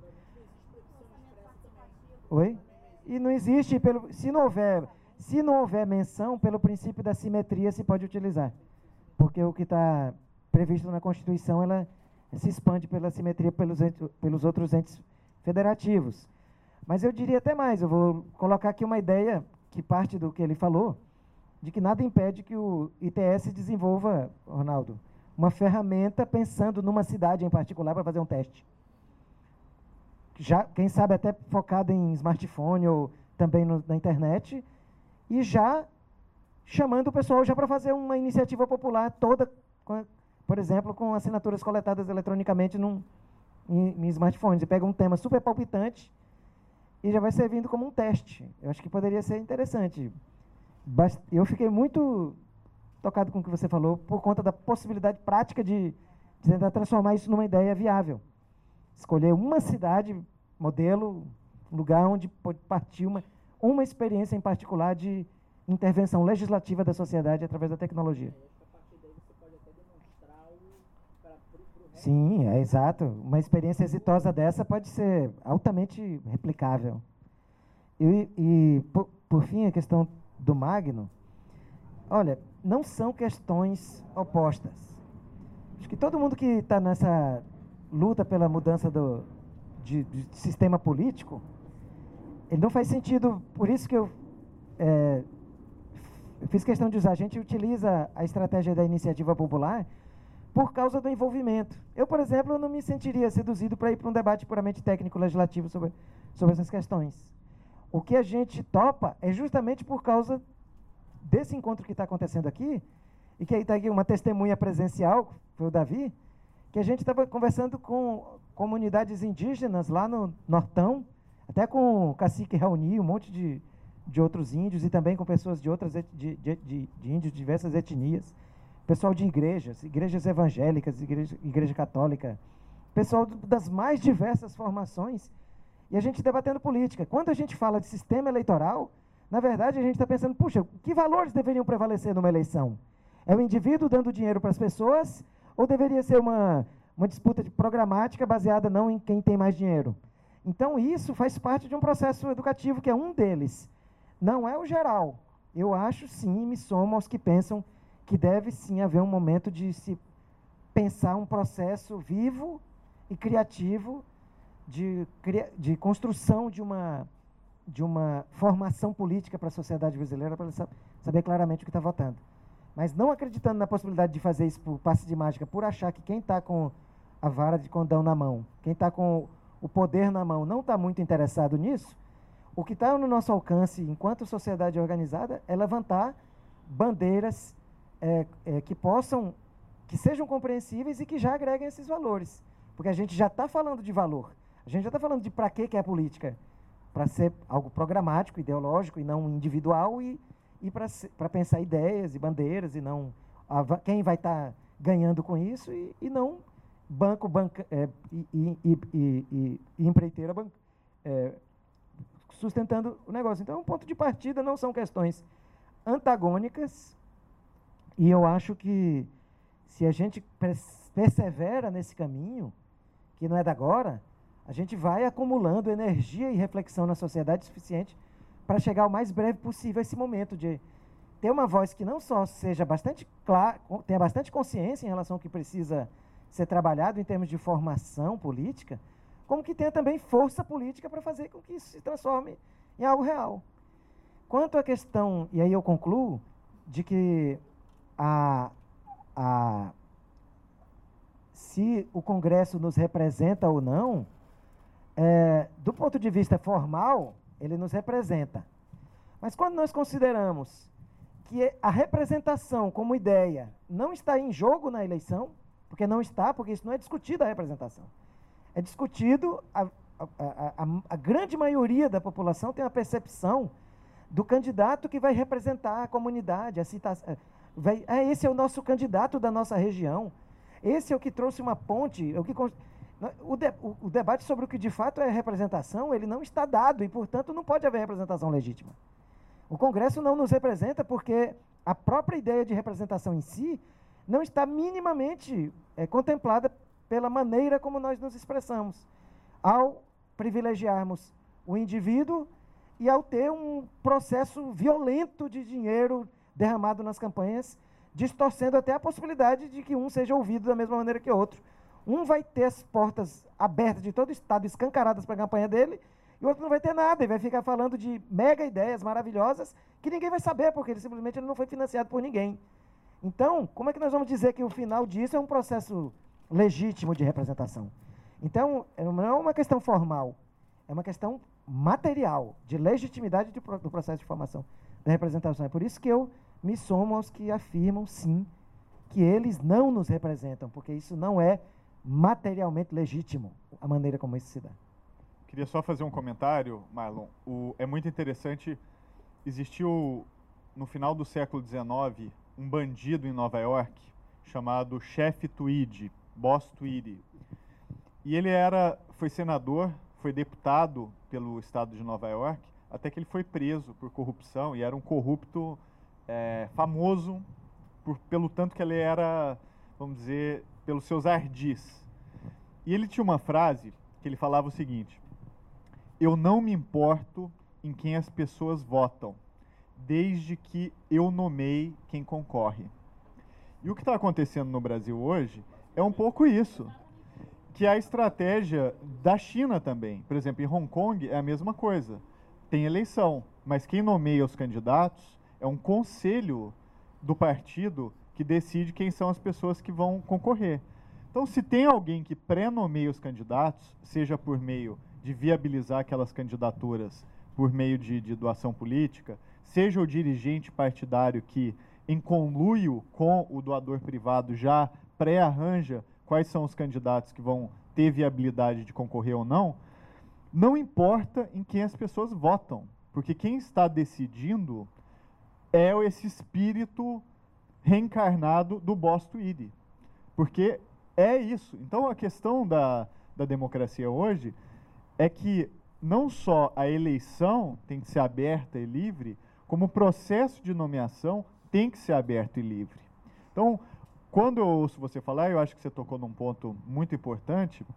Oi? E não existe, pelo, se, não houver, se não houver menção, pelo princípio da simetria se pode utilizar. Porque o que está previsto na Constituição, ela se expande pela simetria pelos, entes, pelos outros entes federativos. Mas eu diria até mais, eu vou colocar aqui uma ideia que parte do que ele falou, de que nada impede que o I T S desenvolva, Ronaldo, uma ferramenta pensando numa cidade em particular para fazer um teste. Já, quem sabe até focada em smartphone ou também no, na internet, e já chamando o pessoal já para fazer uma iniciativa popular toda, com, por exemplo, com assinaturas coletadas eletronicamente num, em, em smartphones. Você pega um tema super palpitante e já vai servindo como um teste. Eu acho que poderia ser interessante. Bast eu fiquei muito tocado com o que você falou, por conta da possibilidade prática de, de tentar transformar isso numa ideia viável. Escolher uma cidade, modelo, lugar onde pode partir uma, uma experiência em particular de intervenção legislativa da sociedade através da tecnologia. Sim, é exato. Uma experiência exitosa dessa pode ser altamente replicável. E, e por, por fim, a questão do Magno, olha, não são questões opostas. Acho que todo mundo que está nessa luta pela mudança do, de, de sistema político, ele não faz sentido, por isso que eu, é, eu fiz questão de usar, a gente utiliza a estratégia da iniciativa popular por causa do envolvimento. Eu, por exemplo, não me sentiria seduzido para ir para um debate puramente técnico-legislativo sobre, sobre essas questões. O que a gente topa é justamente por causa desse encontro que está acontecendo aqui, e que aí está aqui uma testemunha presencial, foi o Davi, que a gente estava conversando com comunidades indígenas lá no Nortão, até com o cacique Raoni, um monte de, de outros índios, e também com pessoas de outras de, de, de, de índios de diversas etnias, pessoal de igrejas, igrejas evangélicas, igreja, igreja católica, pessoal das mais diversas formações, e a gente debatendo política. Quando a gente fala de sistema eleitoral, na verdade a gente está pensando, puxa, que valores deveriam prevalecer numa eleição? É o indivíduo dando dinheiro para as pessoas, ou deveria ser uma, uma disputa de programática baseada não em quem tem mais dinheiro. Então, isso faz parte de um processo educativo, que é um deles. Não é o geral. Eu acho, sim, me somo aos que pensam que deve, sim, haver um momento de se pensar um processo vivo e criativo de, de construção de uma, de uma formação política para a sociedade brasileira, para ela saber claramente o que está votando. Mas não acreditando na possibilidade de fazer isso por passe de mágica, por achar que quem está com a vara de condão na mão, quem está com o poder na mão, não está muito interessado nisso, o que está no nosso alcance, enquanto sociedade organizada, é levantar bandeiras é, é, que possam, que sejam compreensíveis e que já agreguem esses valores. Porque a gente já está falando de valor. A gente já está falando de para que que é a política. Para ser algo programático, ideológico e não individual, e, e para pensar ideias e bandeiras, e não a, quem vai estar tá ganhando com isso, e, e não banco, banca, é, e, e, e, e, e empreiteira ban, é, sustentando o negócio. Então, é um ponto de partida, não são questões antagônicas, e eu acho que se a gente persevera nesse caminho, que não é da agora, a gente vai acumulando energia e reflexão na sociedade suficiente para chegar o mais breve possível a esse momento de ter uma voz que não só seja bastante clara, tenha bastante consciência em relação ao que precisa ser trabalhado em termos de formação política, como que tenha também força política para fazer com que isso se transforme em algo real. Quanto à questão, e aí eu concluo, de que a, a, se o Congresso nos representa ou não, é, do ponto de vista formal, ele nos representa. Mas quando nós consideramos que a representação como ideia não está em jogo na eleição, porque não está, porque isso não é discutido a representação. É discutido, a, a, a, a grande maioria da população tem uma percepção do candidato que vai representar a comunidade, a citação, vai, é, esse é o nosso candidato da nossa região, esse é o que trouxe uma ponte, é o, que, o, de, o, o debate sobre o que de fato é representação, ele não está dado e, portanto, não pode haver representação legítima. O Congresso não nos representa porque a própria ideia de representação em si não está minimamente é, contemplada pela maneira como nós nos expressamos, ao privilegiarmos o indivíduo e ao ter um processo violento de dinheiro derramado nas campanhas, distorcendo até a possibilidade de que um seja ouvido da mesma maneira que o outro. Um vai ter as portas abertas de todo o Estado, escancaradas para a campanha dele, e o outro não vai ter nada, e vai ficar falando de mega ideias maravilhosas que ninguém vai saber, porque ele simplesmente ele não foi financiado por ninguém. Então, como é que nós vamos dizer que o final disso é um processo legítimo de representação? Então, não é uma questão formal, é uma questão material, de legitimidade de, do processo de formação da representação. É por isso que eu me somo aos que afirmam, sim, que eles não nos representam, porque isso não é materialmente legítimo, a maneira como isso se dá. Queria só fazer um comentário, Marlon. O, é muito interessante, existiu, no final do século dezenove, um bandido em Nova York, chamado Chefe Tweedy, Boss Tweedy. E ele era, foi senador, foi deputado pelo estado de Nova York, até que ele foi preso por corrupção, e era um corrupto é, famoso por, pelo tanto que ele era, vamos dizer, pelos seus ardis. E ele tinha uma frase que ele falava o seguinte: eu não me importo em quem as pessoas votam, desde que eu nomeie quem concorre. E o que está acontecendo no Brasil hoje é um pouco isso, que é a estratégia da China também. Por exemplo, em Hong Kong é a mesma coisa. Tem eleição, mas quem nomeia os candidatos é um conselho do partido que decide quem são as pessoas que vão concorrer. Então, se tem alguém que pré-nomeia os candidatos, seja por meio de viabilizar aquelas candidaturas por meio de, de doação política, seja o dirigente partidário que, em conluio com o doador privado, já pré-arranja quais são os candidatos que vão ter viabilidade de concorrer ou não, não importa em quem as pessoas votam, porque quem está decidindo é esse espírito reencarnado do Boss Tweedy, porque é isso. Então, a questão da, da democracia hoje é que não só a eleição tem que ser aberta e livre, como o processo de nomeação tem que ser aberto e livre. Então, quando eu ouço você falar, eu acho que você tocou num ponto muito importante.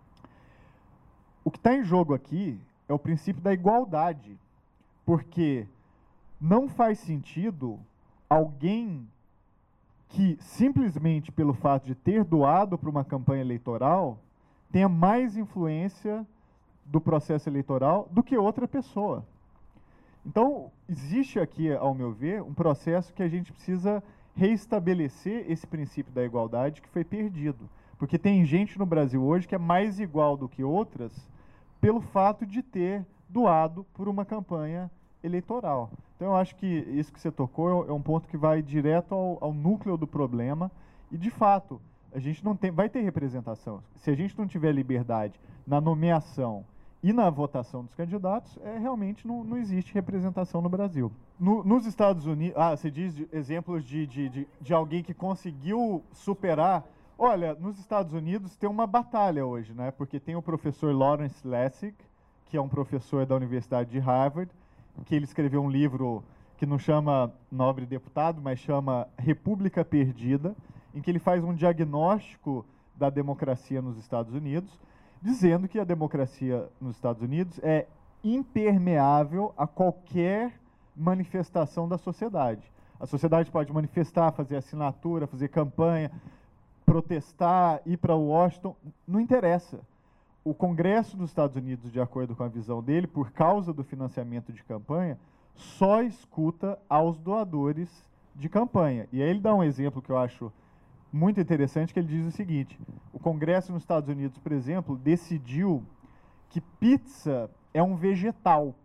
O que está em jogo aqui é o princípio da igualdade, porque não faz sentido alguém que, simplesmente pelo fato de ter doado para uma campanha eleitoral, tenha mais influência do processo eleitoral do que outra pessoa. Então, existe aqui, ao meu ver, um processo que a gente precisa reestabelecer esse princípio da igualdade que foi perdido. Porque tem gente no Brasil hoje que é mais igual do que outras pelo fato de ter doado por uma campanha eleitoral. Então, eu acho que isso que você tocou é um ponto que vai direto ao, ao núcleo do problema e, de fato, a gente não tem, vai ter representação. Se a gente não tiver liberdade na nomeação e na votação dos candidatos, é, realmente não, não existe representação no Brasil. No, nos Estados Unidos, ah, você diz de, exemplos de, de, de, de alguém que conseguiu superar. Olha, nos Estados Unidos tem uma batalha hoje, né? Porque tem o professor Lawrence Lessig, que é um professor da Universidade de Harvard, que ele escreveu um livro que não chama Nobre Deputado, mas chama República Perdida, em que ele faz um diagnóstico da democracia nos Estados Unidos, dizendo que a democracia nos Estados Unidos é impermeável a qualquer manifestação da sociedade. A sociedade pode manifestar, fazer assinatura, fazer campanha, protestar, ir para Washington, não interessa. O Congresso dos Estados Unidos, de acordo com a visão dele, por causa do financiamento de campanha, só escuta aos doadores de campanha. E aí ele dá um exemplo que eu acho muito interessante, que ele diz o seguinte: o Congresso nos Estados Unidos, por exemplo, decidiu que pizza é um vegetal.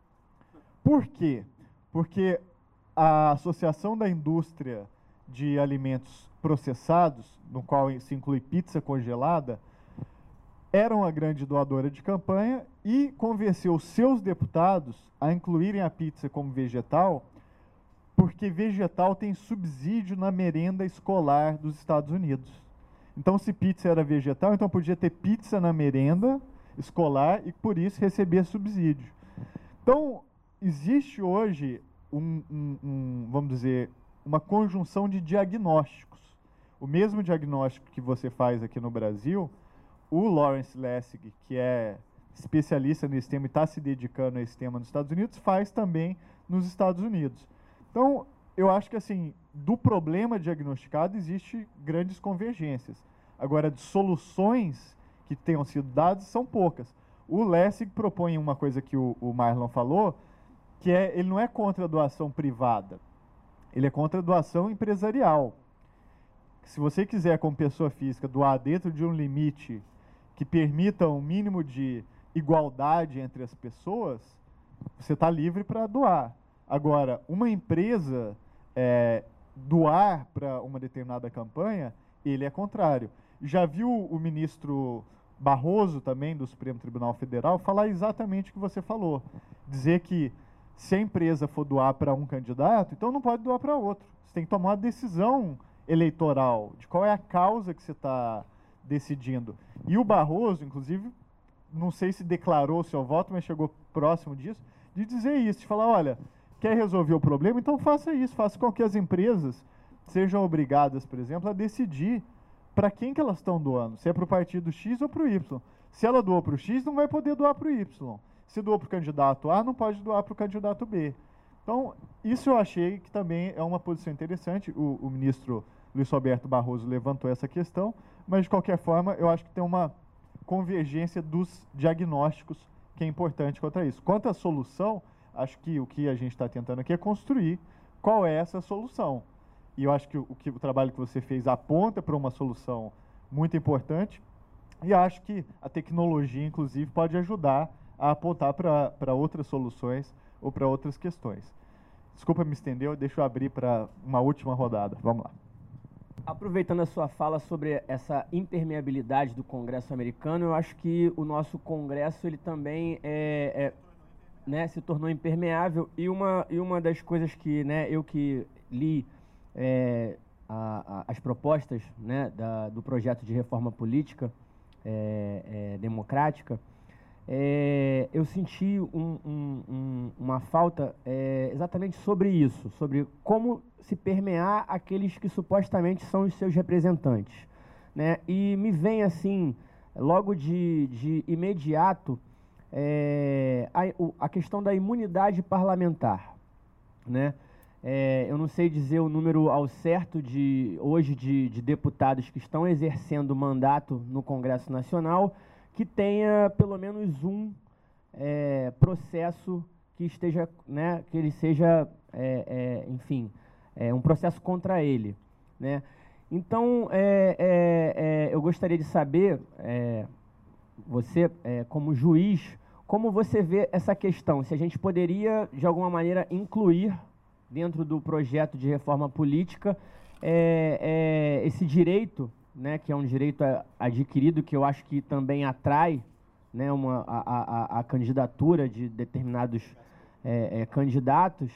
Por quê? Porque a Associação da Indústria de Alimentos Processados, no qual se inclui pizza congelada, era uma grande doadora de campanha e convenceu seus deputados a incluírem a pizza como vegetal, porque vegetal tem subsídio na merenda escolar dos Estados Unidos. Então, se pizza era vegetal, então podia ter pizza na merenda escolar e, por isso, receber subsídio. Então, existe hoje, um, um, um, vamos dizer, uma conjunção de diagnósticos. O mesmo diagnóstico que você faz aqui no Brasil, o Lawrence Lessig, que é especialista nesse tema e está se dedicando a esse tema nos Estados Unidos, faz também nos Estados Unidos. Então, eu acho que, assim, do problema diagnosticado, existe grandes convergências. Agora, de soluções que tenham sido dadas, são poucas. O Lessig propõe uma coisa que o, o Marlon falou, que é, ele não é contra a doação privada, ele é contra a doação empresarial. Se você quiser, como pessoa física, doar dentro de um limite que permita um mínimo de igualdade entre as pessoas, você está livre para doar. Agora, uma empresa é, doar para uma determinada campanha, ele é contrário. Já viu o ministro Barroso, também, do Supremo Tribunal Federal, falar exatamente o que você falou. Dizer que se a empresa for doar para um candidato, então não pode doar para outro. Você tem que tomar uma decisão eleitoral, de qual é a causa que você está decidindo. E o Barroso, inclusive, não sei se declarou seu voto, mas chegou próximo disso, de dizer isso, de falar, olha, quer resolver o problema? Então faça isso, faça com que as empresas sejam obrigadas, por exemplo, a decidir para quem que elas estão doando, se é para o partido X ou para o Y. Se ela doou para o X, não vai poder doar para o Y. Se doou para o candidato A, não pode doar para o candidato B. Então, isso eu achei que também é uma posição interessante. O, o ministro Luiz Roberto Barroso levantou essa questão, mas, de qualquer forma, eu acho que tem uma convergência dos diagnósticos que é importante contra isso. Quanto à solução, acho que o que a gente está tentando aqui é construir qual é essa solução. E eu acho que o, que o trabalho que você fez aponta para uma solução muito importante, e acho que a tecnologia, inclusive, pode ajudar a apontar para outras soluções ou para outras questões. Desculpa me estender, deixa eu abrir para uma última rodada. Vamos lá. Aproveitando a sua fala sobre essa impermeabilidade do Congresso americano, eu acho que o nosso Congresso ele também é, é, né, se tornou impermeável, e uma, e uma das coisas que, né, eu que li é, a, a, as propostas, né, da, do projeto de reforma política é, é, democrática, é, eu senti um, um, um, uma falta é, exatamente sobre isso, sobre como se permear aqueles que supostamente são os seus representantes, né? E me vem assim, logo de, de imediato, é, a, a questão da imunidade parlamentar, né? É, eu não sei dizer o número ao certo de hoje de, de deputados que estão exercendo mandato no Congresso Nacional que tenha pelo menos um é, processo que esteja, né, que ele seja, é, é, enfim, é, um processo contra ele, né? Então, é, é, é, eu gostaria de saber, é, você é, como juiz, como você vê essa questão, se a gente poderia de alguma maneira incluir dentro do projeto de reforma política, é, é, esse direito, né, que é um direito adquirido, que eu acho que também atrai, né, uma, a, a, a candidatura de determinados é, é, candidatos,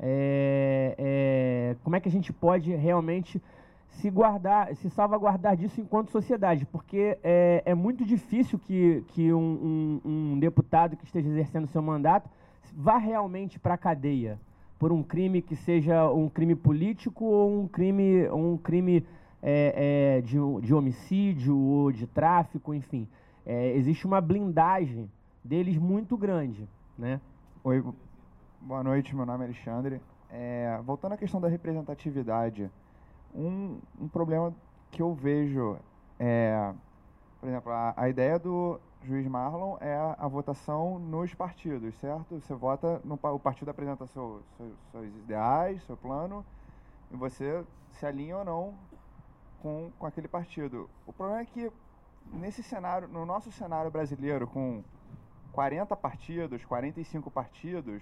é, é, como é que a gente pode realmente se guardar, se salvaguardar disso enquanto sociedade, porque é, é muito difícil que, que um, um, um deputado que esteja exercendo seu mandato vá realmente para a cadeia, por um crime que seja um crime político ou um crime, um crime é, é, de, de homicídio ou de tráfico, enfim. É, existe uma blindagem deles muito grande, né? Oi, boa noite, meu nome é Alexandre. É, voltando à questão da representatividade, um, um problema que eu vejo é, por exemplo, a, a ideia do juiz Marlon é a, a votação nos partidos, certo? Você vota, no, o partido apresenta seu, seu, seus ideais, seu plano, e você se alinha ou não com, com aquele partido. O problema é que nesse cenário, no nosso cenário brasileiro, com quarenta partidos, quarenta e cinco partidos,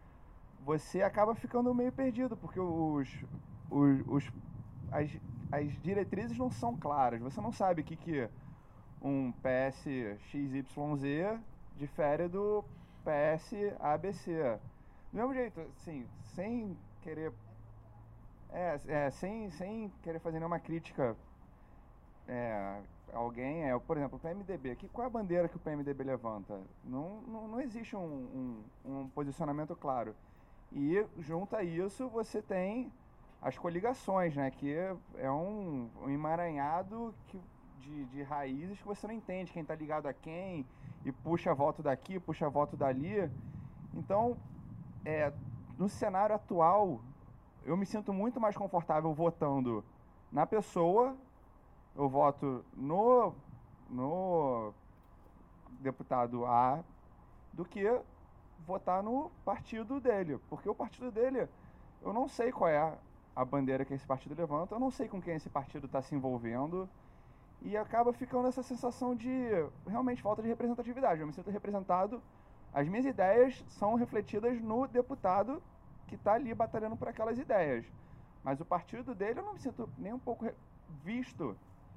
você acaba ficando meio perdido, porque os, os, os, as, as diretrizes não são claras. Você não sabe o que, que um P S X Y Z difere do P S A B C. Do mesmo jeito, assim, sem querer, é, é, sem, sem querer fazer nenhuma crítica é, a alguém, é, por exemplo, o P M D B. Que, qual é a bandeira que o P M D B levanta? Não, não, não existe um, um, um posicionamento claro. E junto a isso você tem as coligações, né, que é um, um emaranhado que, de, de raízes que você não entende quem está ligado a quem, e puxa voto daqui, puxa voto dali. Então, é, no cenário atual, eu me sinto muito mais confortável votando na pessoa, eu voto no, no deputado A, do que votar no partido dele, porque o partido dele, eu não sei qual é a bandeira que esse partido levanta, eu não sei com quem esse partido está se envolvendo, e acaba ficando essa sensação de realmente falta de representatividade. Eu me sinto representado, as minhas ideias são refletidas no deputado que está ali batalhando por aquelas ideias, mas o partido dele eu não me sinto nem um pouco visto,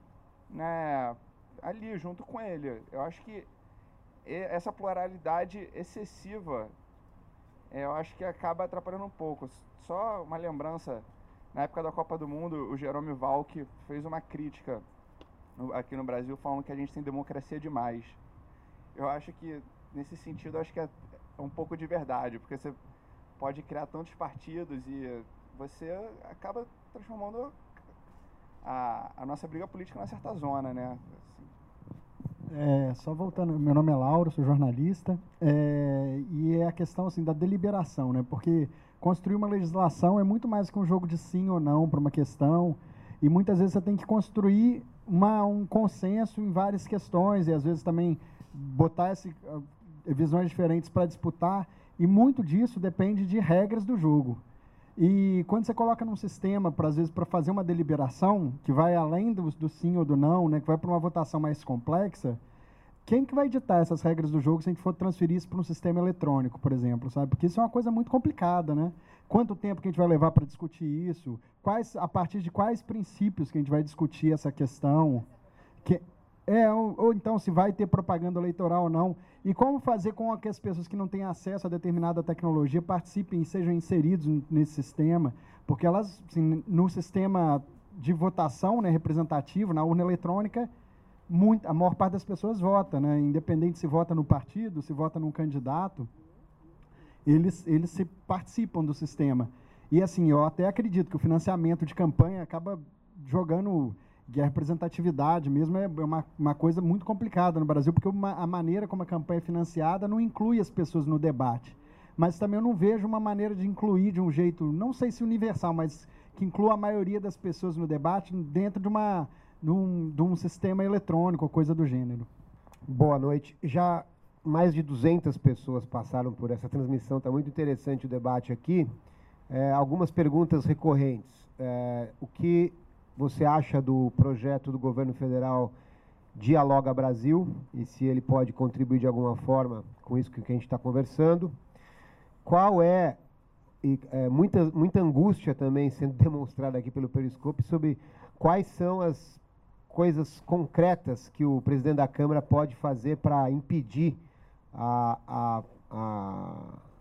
né, ali junto com ele. Eu acho que essa pluralidade excessiva, eu acho que acaba atrapalhando um pouco. Só uma lembrança, na época da Copa do Mundo, o Jerome Valk fez uma crítica no, aqui no Brasil, falando que a gente tem democracia demais. Eu acho que, nesse sentido, eu acho que é um pouco de verdade, porque você pode criar tantos partidos e você acaba transformando a, a nossa briga política numa certa zona, né? É, só voltando, meu nome é Lauro, sou jornalista, é, e é a questão assim, da deliberação, né? Porque construir uma legislação é muito mais que um jogo de sim ou não para uma questão, e muitas vezes você tem que construir uma, um consenso em várias questões, e às vezes também botar esse, uh, visões diferentes para disputar, e muito disso depende de regras do jogo. E quando você coloca num sistema, para às vezes, para fazer uma deliberação, que vai além do, do sim ou do não, né, que vai para uma votação mais complexa, quem que vai ditar essas regras do jogo se a gente for transferir isso para um sistema eletrônico, por exemplo, sabe? Porque isso é uma coisa muito complicada, né? Quanto tempo que a gente vai levar para discutir isso? Quais, a partir de quais princípios que a gente vai discutir essa questão? Que, é, ou, ou então se vai ter propaganda eleitoral ou não. E como fazer com que as pessoas que não têm acesso a determinada tecnologia participem e sejam inseridos nesse sistema, porque elas, assim, no sistema de votação, né, representativo, na urna eletrônica, muito, a maior parte das pessoas vota, né? Independente se vota no partido, se vota num candidato, eles, eles se participam do sistema. E assim, eu até acredito que o financiamento de campanha acaba jogando, que a representatividade mesmo é uma, uma coisa muito complicada no Brasil, porque uma, a maneira como a campanha é financiada não inclui as pessoas no debate. Mas também eu não vejo uma maneira de incluir de um jeito, não sei se universal, mas que inclua a maioria das pessoas no debate dentro de, uma, de, um, de um sistema eletrônico ou coisa do gênero. Boa noite. Já mais de duzentas pessoas passaram por essa transmissão, está muito interessante o debate aqui. É, algumas perguntas recorrentes. É, o que você acha do projeto do governo federal Dialoga Brasil e se ele pode contribuir de alguma forma com isso que a gente está conversando? Qual é, e, é muita, muita angústia também sendo demonstrada aqui pelo Periscope sobre quais são as coisas concretas que o presidente da Câmara pode fazer para impedir a, a, a,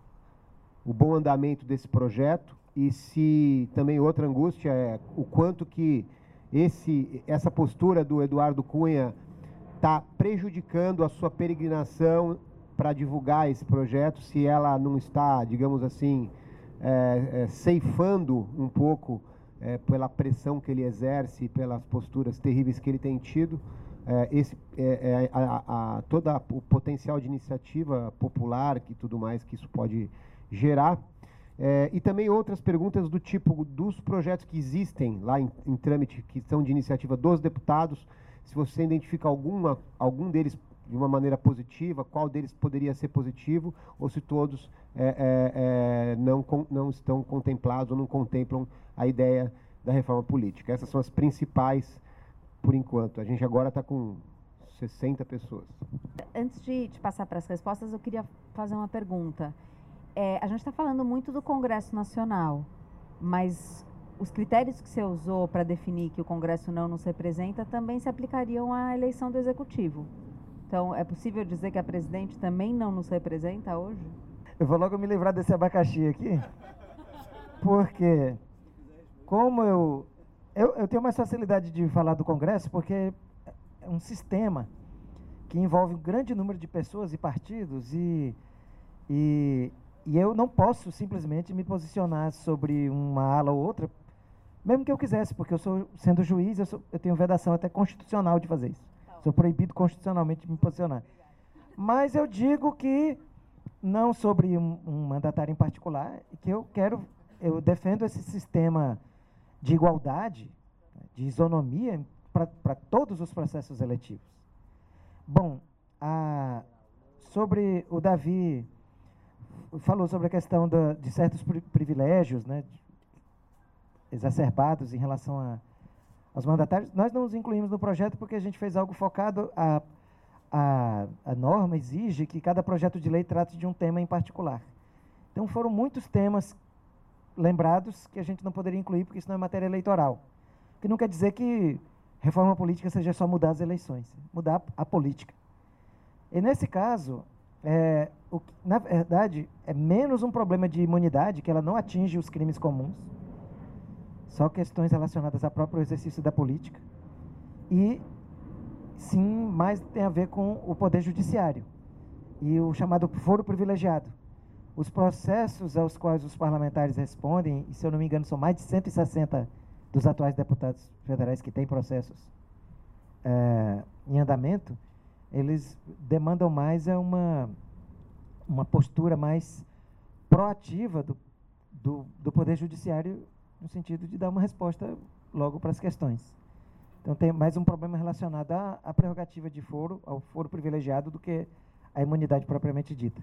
o bom andamento desse projeto? E se também outra angústia é o quanto que esse, essa postura do Eduardo Cunha está prejudicando a sua peregrinação para divulgar esse projeto, se ela não está, digamos assim, é, é, ceifando um pouco é, pela pressão que ele exerce, pelas posturas terríveis que ele tem tido, é, esse, é, é, a, a, todo o potencial de iniciativa popular e tudo mais que isso pode gerar. É, e também outras perguntas do tipo dos projetos que existem lá em, em trâmite, que são de iniciativa dos deputados, se você identifica alguma, algum deles de uma maneira positiva, qual deles poderia ser positivo, ou se todos é, é, é, não, não estão contemplados ou não contemplam a ideia da reforma política. Essas são as principais, por enquanto. A gente agora está com sessenta pessoas. Antes de, de passar para as respostas, eu queria fazer uma pergunta. É, a gente está falando muito do Congresso Nacional, mas os critérios que você usou para definir que o Congresso não nos representa também se aplicariam à eleição do Executivo. Então, é possível dizer que a presidente também não nos representa hoje? Eu vou logo me livrar desse abacaxi aqui, porque como eu, eu, eu tenho mais facilidade de falar do Congresso, porque é um sistema que envolve um grande número de pessoas e partidos e... e E eu não posso simplesmente me posicionar sobre uma ala ou outra, mesmo que eu quisesse, porque eu sou, sendo juiz, eu, sou, eu tenho vedação até constitucional de fazer isso. Sou proibido constitucionalmente de me posicionar. Mas eu digo que, não sobre um, um mandatário em particular, que eu quero, eu defendo esse sistema de igualdade, de isonomia para todos os processos eletivos. Bom, a, sobre o Davi... falou sobre a questão da, de certos pri privilégios, né, exacerbados em relação a, aos mandatários. Nós não os incluímos no projeto porque a gente fez algo focado, a, a, a norma exige que cada projeto de lei trate de um tema em particular. Então foram muitos temas lembrados que a gente não poderia incluir porque isso não é matéria eleitoral. O que não quer dizer que reforma política seja só mudar as eleições, mudar a política. E nesse caso... É, o que, na verdade, é menos um problema de imunidade, que ela não atinge os crimes comuns, só questões relacionadas ao próprio exercício da política, e sim, mais tem a ver com o poder judiciário, e o chamado foro privilegiado. Os processos aos quais os parlamentares respondem, e se eu não me engano são mais de cento e sessenta dos atuais deputados federais que têm processos é, em andamento, eles demandam mais é uma, uma postura mais proativa do, do, do Poder Judiciário, no sentido de dar uma resposta logo para as questões. Então, tem mais um problema relacionado à, à prerrogativa de foro, ao foro privilegiado, do que a imunidade propriamente dita.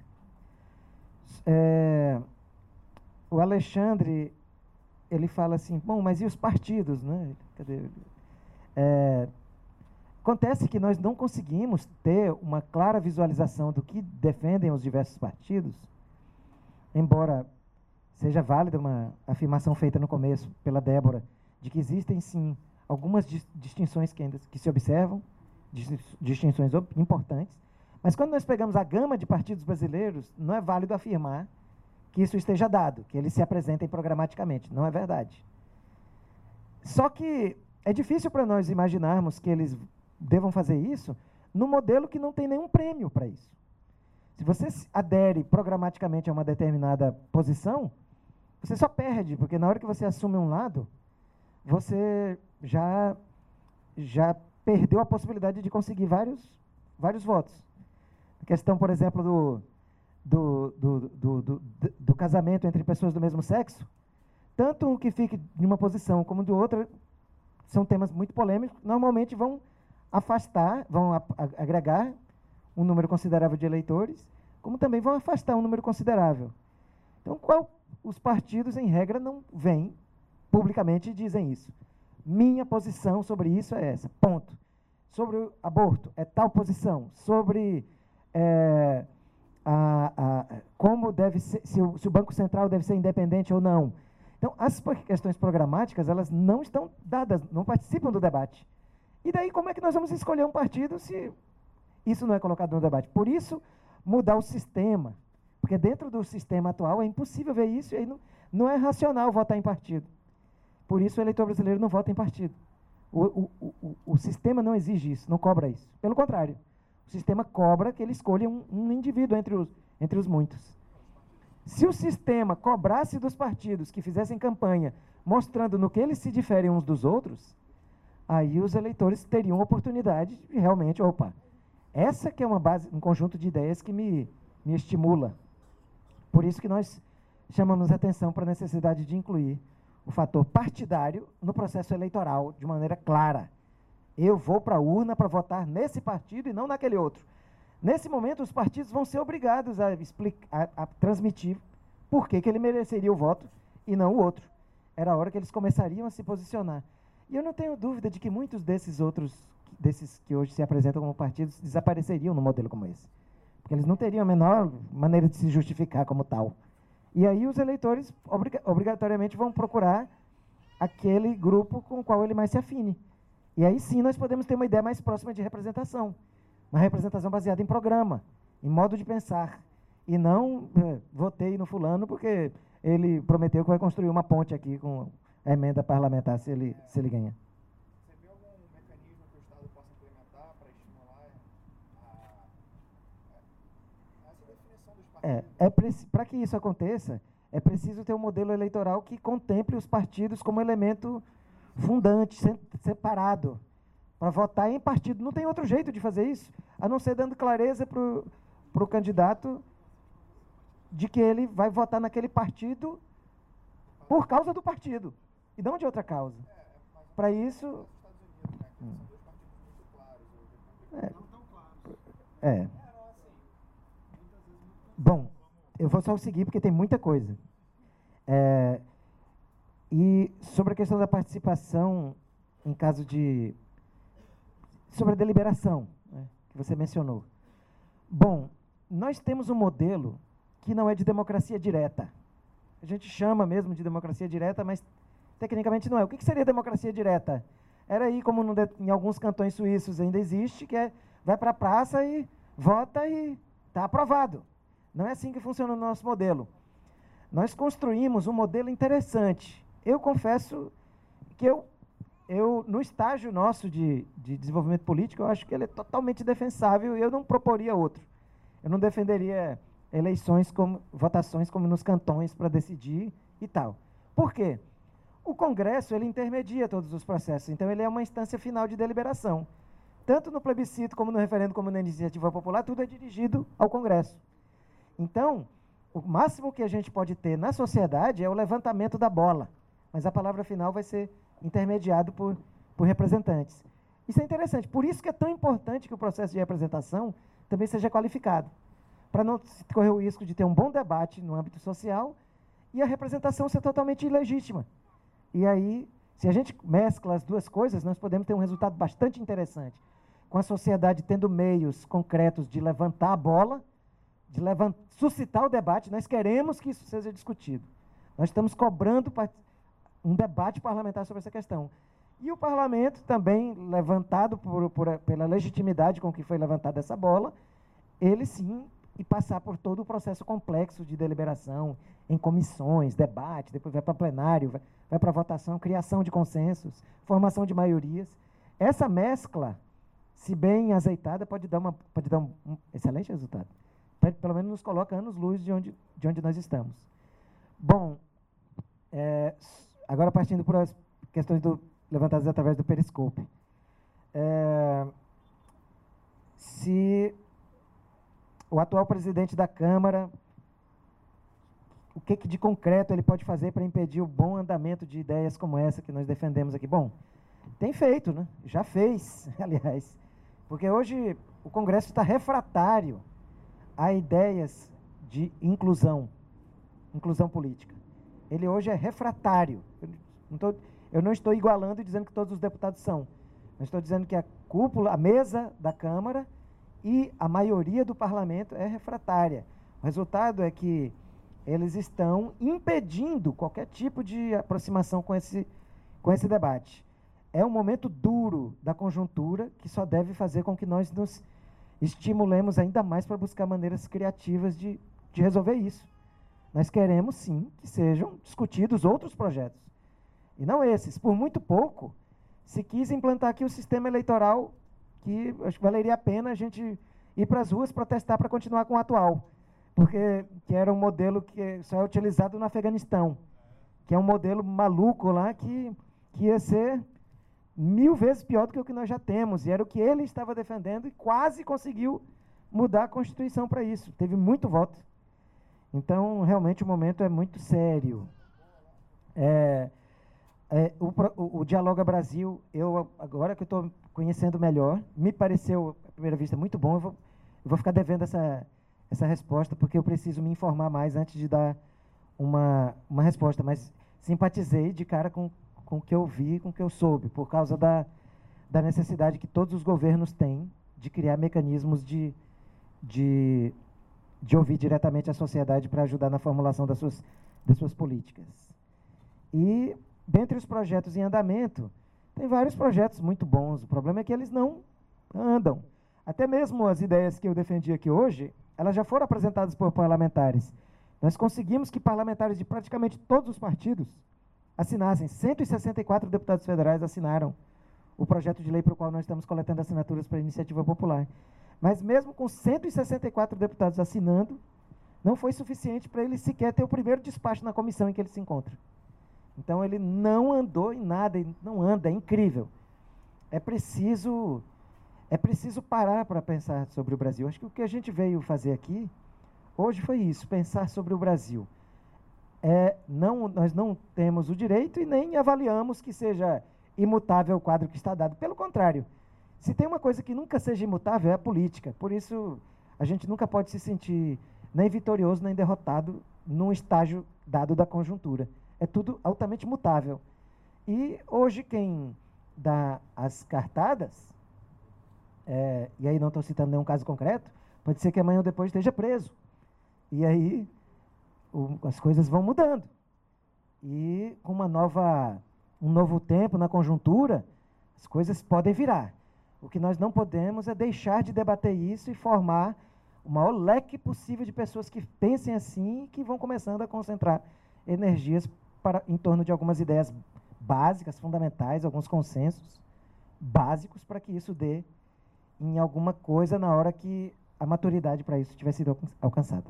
É, o Alexandre, ele fala assim, bom, mas e os partidos, né? Cadê? É, Acontece que nós não conseguimos ter uma clara visualização do que defendem os diversos partidos, embora seja válida uma afirmação feita no começo pela Débora, de que existem, sim, algumas distinções que ainda que se observam, distinções importantes, mas quando nós pegamos a gama de partidos brasileiros, não é válido afirmar que isso esteja dado, que eles se apresentem programaticamente. Não é verdade. Só que é difícil para nós imaginarmos que eles devam fazer isso no modelo que não tem nenhum prêmio para isso. Se você adere programaticamente a uma determinada posição, você só perde, porque na hora que você assume um lado, você já, já perdeu a possibilidade de conseguir vários, vários votos. A questão, por exemplo, do, do, do, do, do, do, do casamento entre pessoas do mesmo sexo, tanto um que fique de uma posição como de outra, são temas muito polêmicos, normalmente vão afastar, vão a, a, agregar um número considerável de eleitores, como também vão afastar um número considerável. Então, qual, os partidos, em regra, não vêm publicamente e dizem isso. Minha posição sobre isso é essa, ponto. Sobre o aborto, é tal posição. Sobre é, a, a, como deve ser, se o, se o Banco Central deve ser independente ou não. Então, as questões programáticas, elas não estão dadas, não participam do debate. E daí, como é que nós vamos escolher um partido se isso não é colocado no debate? Por isso, mudar o sistema. Porque dentro do sistema atual é impossível ver isso e aí não, não é racional votar em partido. Por isso, o eleitor brasileiro não vota em partido. O, o, o, o sistema não exige isso, não cobra isso. Pelo contrário, o sistema cobra que ele escolha um, um indivíduo entre os, entre os muitos. Se o sistema cobrasse dos partidos que fizessem campanha mostrando no que eles se diferem uns dos outros, aí os eleitores teriam oportunidade de realmente, opa, essa que é uma base, um conjunto de ideias que me, me estimula. Por isso que nós chamamos a atenção para a necessidade de incluir o fator partidário no processo eleitoral de maneira clara. Eu vou para a urna para votar nesse partido e não naquele outro. Nesse momento, os partidos vão ser obrigados a, explicar, a, a transmitir por que, que ele mereceria o voto e não o outro. Era a hora que eles começariam a se posicionar. E eu não tenho dúvida de que muitos desses outros, desses que hoje se apresentam como partidos, desapareceriam num modelo como esse. Porque eles não teriam a menor maneira de se justificar como tal. E aí os eleitores obriga obrigatoriamente vão procurar aquele grupo com o qual ele mais se afine. E aí sim nós podemos ter uma ideia mais próxima de representação. Uma representação baseada em programa, em modo de pensar. E não, é, votei no fulano porque ele prometeu que vai construir uma ponte aqui com a emenda parlamentar, se ele, se ele ganhar. Você vê algum mecanismo que o Estado possa implementar para estimular a, a, essa definição dos partidos? É, é para que isso aconteça, é preciso ter um modelo eleitoral que contemple os partidos como elemento fundante, separado. Para votar em partido. Não tem outro jeito de fazer isso, a não ser dando clareza para o candidato de que ele vai votar naquele partido por causa do partido, e não de outra causa. Para isso... É. é. Bom, eu vou só seguir porque tem muita coisa. É, e sobre a questão da participação em caso de... Sobre a deliberação, né, que você mencionou. Bom, nós temos um modelo que não é de democracia direta. A gente chama mesmo de democracia direta, mas tecnicamente não é. O que seria democracia direta? Era aí, como no, em alguns cantões suíços ainda existe, que é, vai para a praça e vota e está aprovado. Não é assim que funciona o nosso modelo. Nós construímos um modelo interessante. Eu confesso que eu, eu no estágio nosso de, de desenvolvimento político, eu acho que ele é totalmente defensável e eu não proporia outro. Eu não defenderia eleições, como, votações como nos cantões para decidir e tal. Por quê? O Congresso, ele intermedia todos os processos, então ele é uma instância final de deliberação. Tanto no plebiscito, como no referendo, como na iniciativa popular, tudo é dirigido ao Congresso. Então, o máximo que a gente pode ter na sociedade é o levantamento da bola, mas a palavra final vai ser intermediado por, por representantes. Isso é interessante, por isso que é tão importante que o processo de representação também seja qualificado, para não correr o risco de ter um bom debate no âmbito social e a representação ser totalmente ilegítima. E aí, se a gente mescla as duas coisas, nós podemos ter um resultado bastante interessante, com a sociedade tendo meios concretos de levantar a bola, de levant... suscitar o debate. Nós queremos que isso seja discutido. Nós estamos cobrando um debate parlamentar sobre essa questão. E o parlamento também, levantado por, por, pela legitimidade com que foi levantada essa bola, ele sim, e passar por todo o processo complexo de deliberação, em comissões, debate, depois vai para plenário, vai, vai para votação, criação de consensos, formação de maiorias. Essa mescla se bem azeitada, pode dar, uma, pode dar um, um excelente resultado. Pelo menos nos coloca anos-luz de onde, de onde nós estamos. Bom, é, agora partindo para as questões do, levantadas através do Periscope. É, se o atual presidente da Câmara, o que, que de concreto ele pode fazer para impedir o bom andamento de ideias como essa que nós defendemos aqui? Bom, tem feito, né? Já fez, aliás. Porque hoje o Congresso está refratário a ideias de inclusão, inclusão política. Ele hoje é refratário. Eu não, tô, eu não estou igualando e dizendo que todos os deputados são. Eu estou dizendo que a cúpula, a mesa da Câmara e a maioria do parlamento é refratária. O resultado é que eles estão impedindo qualquer tipo de aproximação com esse, com esse debate. É um momento duro da conjuntura que só deve fazer com que nós nos estimulemos ainda mais para buscar maneiras criativas de, de resolver isso. Nós queremos, sim, que sejam discutidos outros projetos, e não esses. Por muito pouco, se quis implantar aqui o sistema eleitoral, que acho que valeria a pena a gente ir para as ruas protestar para continuar com o atual, porque que era um modelo que só é utilizado no Afeganistão, que é um modelo maluco lá que, que ia ser mil vezes pior do que o que nós já temos, e era o que ele estava defendendo e quase conseguiu mudar a Constituição para isso. Teve muito voto. Então, realmente, o momento é muito sério. É, é, o, o, o Dialoga Brasil, eu, agora que eu estou conhecendo melhor, me pareceu, à primeira vista, muito bom. Eu vou, eu vou ficar devendo essa, essa resposta, porque eu preciso me informar mais antes de dar uma, uma resposta. Mas simpatizei de cara com com o que eu vi, com o que eu soube, por causa da, da necessidade que todos os governos têm de criar mecanismos de, de, de ouvir diretamente a sociedade para ajudar na formulação das suas, das suas políticas. E, dentre os projetos em andamento, tem vários projetos muito bons. O problema é que eles não andam. Até mesmo as ideias que eu defendi aqui hoje, elas já foram apresentadas por parlamentares. Nós conseguimos que parlamentares de praticamente todos os partidos assinassem. cento e sessenta e quatro deputados federais assinaram o projeto de lei para o qual nós estamos coletando assinaturas para a iniciativa popular. Mas mesmo com cento e sessenta e quatro deputados assinando, não foi suficiente para ele sequer ter o primeiro despacho na comissão em que ele se encontra. Então ele não andou em nada, ele não anda, é incrível. É preciso, é preciso parar para pensar sobre o Brasil. Acho que o que a gente veio fazer aqui hoje foi isso, pensar sobre o Brasil. É, não, nós não temos o direito e nem avaliamos que seja imutável o quadro que está dado. Pelo contrário, se tem uma coisa que nunca seja imutável, é a política. Por isso, a gente nunca pode se sentir nem vitorioso, nem derrotado num estágio dado da conjuntura. É tudo altamente mutável. E hoje quem dá as cartadas, é, e aí não estou citando nenhum caso concreto, pode ser que amanhã ou depois esteja preso. E aí o, as coisas vão mudando. E com uma nova, um novo tempo na conjuntura, as coisas podem virar. O que nós não podemos é deixar de debater isso e formar o maior leque possível de pessoas que pensem assim e que vão começando a concentrar energias para, em torno de algumas ideias básicas, fundamentais, alguns consensos básicos para que isso dê em alguma coisa na hora que a maturidade para isso tiver sido alcançada.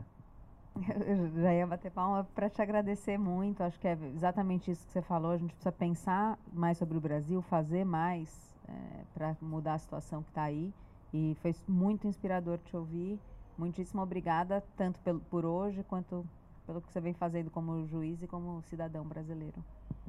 Eu já ia bater palma para te agradecer muito. Acho que é exatamente isso que você falou. A gente precisa pensar mais sobre o Brasil, fazer mais é, para mudar a situação que está aí. E foi muito inspirador te ouvir. Muitíssimo obrigada, tanto pelo, por hoje, quanto pelo que você vem fazendo como juiz e como cidadão brasileiro.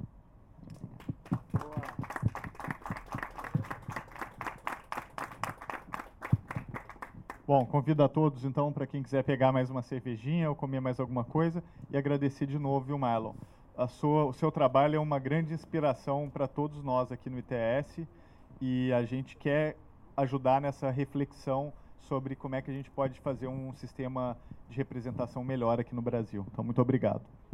Bom, convido a todos, então, para quem quiser pegar mais uma cervejinha ou comer mais alguma coisa, e agradecer de novo, viu, Marlon? A sua, o seu trabalho é uma grande inspiração para todos nós aqui no I T S, e a gente quer ajudar nessa reflexão sobre como é que a gente pode fazer um sistema de representação melhor aqui no Brasil. Então, muito obrigado.